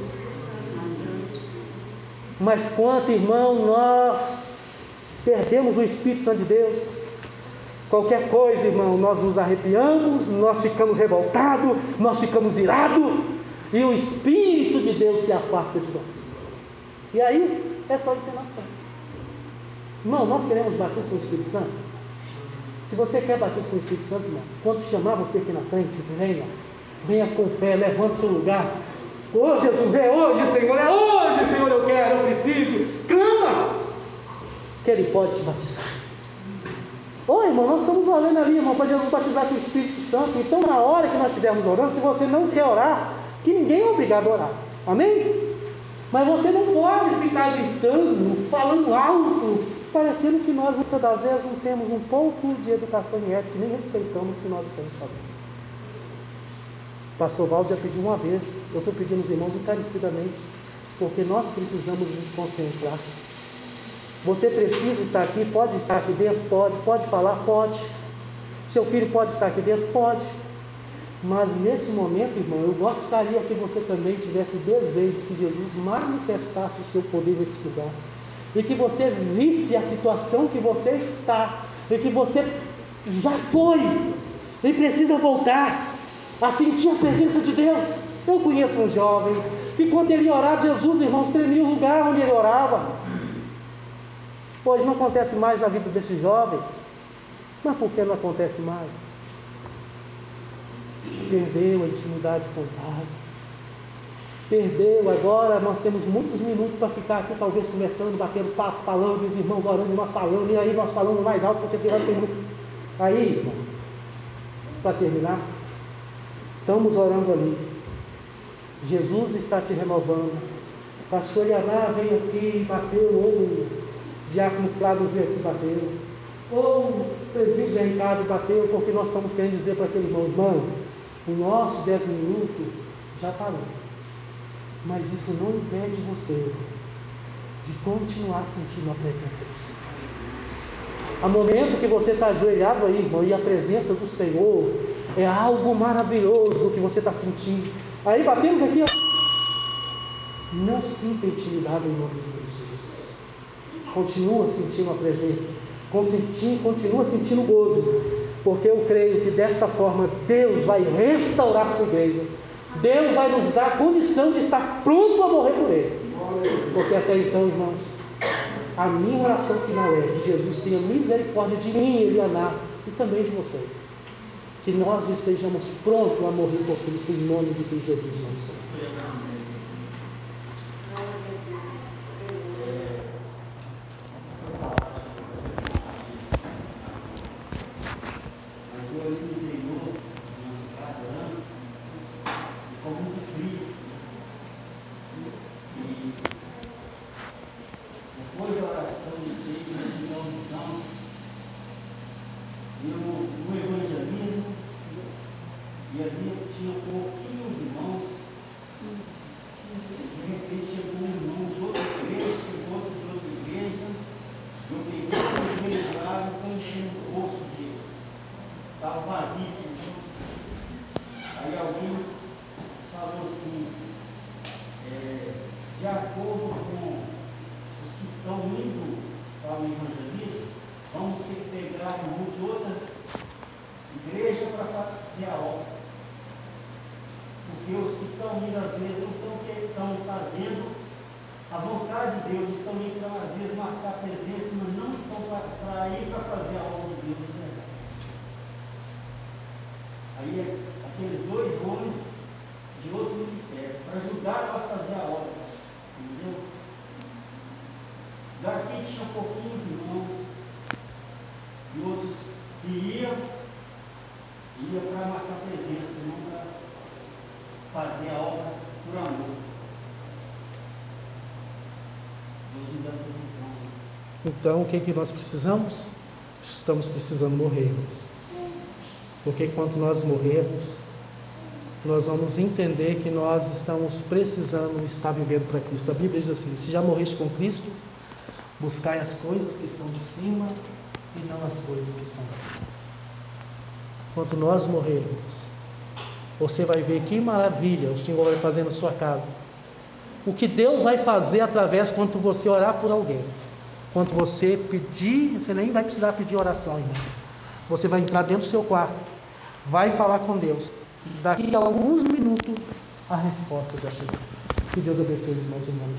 Mas quanto, irmão, nós perdemos o Espírito Santo de Deus, qualquer coisa, irmão, nós nos arrepiamos, nós ficamos revoltados, nós ficamos irados, e o Espírito de Deus se afasta de nós. E aí, é só encenação. Irmão, nós queremos batismo com o Espírito Santo? Se você quer batismo com o Espírito Santo, irmão, quando chamar você aqui na frente, venha, venha com fé, levante o seu lugar. Ô oh, Jesus, é hoje, Senhor, é hoje, Senhor, eu quero, eu preciso. Clama, que Ele pode te batizar. Ô oh, irmão, nós estamos orando ali, irmão, para Jesus batizar com o Espírito Santo. Então, na hora que nós estivermos orando, se você não quer orar, que ninguém é obrigado a orar. Amém? Mas você não pode ficar gritando, falando alto, parecendo que nós, muitas das vezes, não temos um pouco de educação e ética, nem respeitamos o que nós estamos fazendo. O pastor Valdo já pediu uma vez, eu estou pedindo aos irmãos encarecidamente, porque nós precisamos nos concentrar. Você precisa estar aqui, pode estar aqui dentro, pode, pode falar, pode. Seu filho pode estar aqui dentro, pode. Mas nesse momento, irmão, eu gostaria que você também tivesse desejo que Jesus manifestasse o seu poder nesse lugar. E que você visse a situação que você está, e que você já foi, e precisa voltar a sentir a presença de Deus. Eu conheço um jovem, que quando ele orava, Jesus, irmãos, tremia o lugar onde ele orava. Hoje não acontece mais na vida desse jovem. Mas por que não acontece mais? Perdeu a intimidade com o Pai. Perdeu, agora nós temos muitos minutos para ficar aqui, talvez conversando, batendo papo, falando, os irmãos orando, nós falando, e aí nós falando mais alto, porque tem muito. Aí, irmão, para terminar, estamos orando ali. Jesus está te renovando. Pastor Yaná veio aqui, bateu, ou o diácono Flávio veio aqui, bateu. Ou o presbítero Zé Ricardo bateu porque nós estamos querendo dizer para aquele irmão, irmão, o nosso dez minutos já parou. Mas isso não impede você de continuar sentindo a presença do Senhor. Há momento que você está ajoelhado aí, irmão, e a presença do Senhor é algo maravilhoso que você está sentindo. Aí batemos aqui, ó. Não sinta intimidade em nome de Jesus. Continua sentindo a presença. Continua sentindo gozo. Porque eu creio que dessa forma Deus vai restaurar a sua igreja. Deus vai nos dar a condição de estar pronto a morrer por Ele. Porque até então, irmãos, a minha oração final é que Jesus tenha misericórdia de mim, Elianá, e também de vocês. Que nós estejamos prontos a morrer por Cristo em nome de Cristo Jesus, nosso Senhor. Então, o que, que nós precisamos? Estamos precisando morrer. Porque quando nós morrermos, nós vamos entender que nós estamos precisando estar vivendo para Cristo. A Bíblia diz assim: se já morreste com Cristo, buscai as coisas que são de cima e não as coisas que são daqui. Quando nós morrermos, você vai ver que maravilha o Senhor vai fazer na sua casa. O que Deus vai fazer através quando você orar por alguém. Quando você pedir, você nem vai precisar pedir oração, irmão. Você vai entrar dentro do seu quarto, vai falar com Deus. Daqui a alguns minutos, a resposta já chegou. Que Deus abençoe os irmãos em nome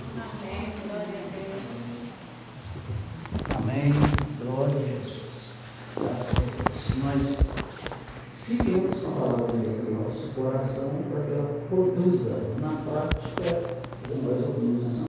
de Deus. Amém. Glória a Jesus. Graças a Deus. Nós vivemos a palavra no nosso coração para que ela produza na prática o que nós ouvimos nessa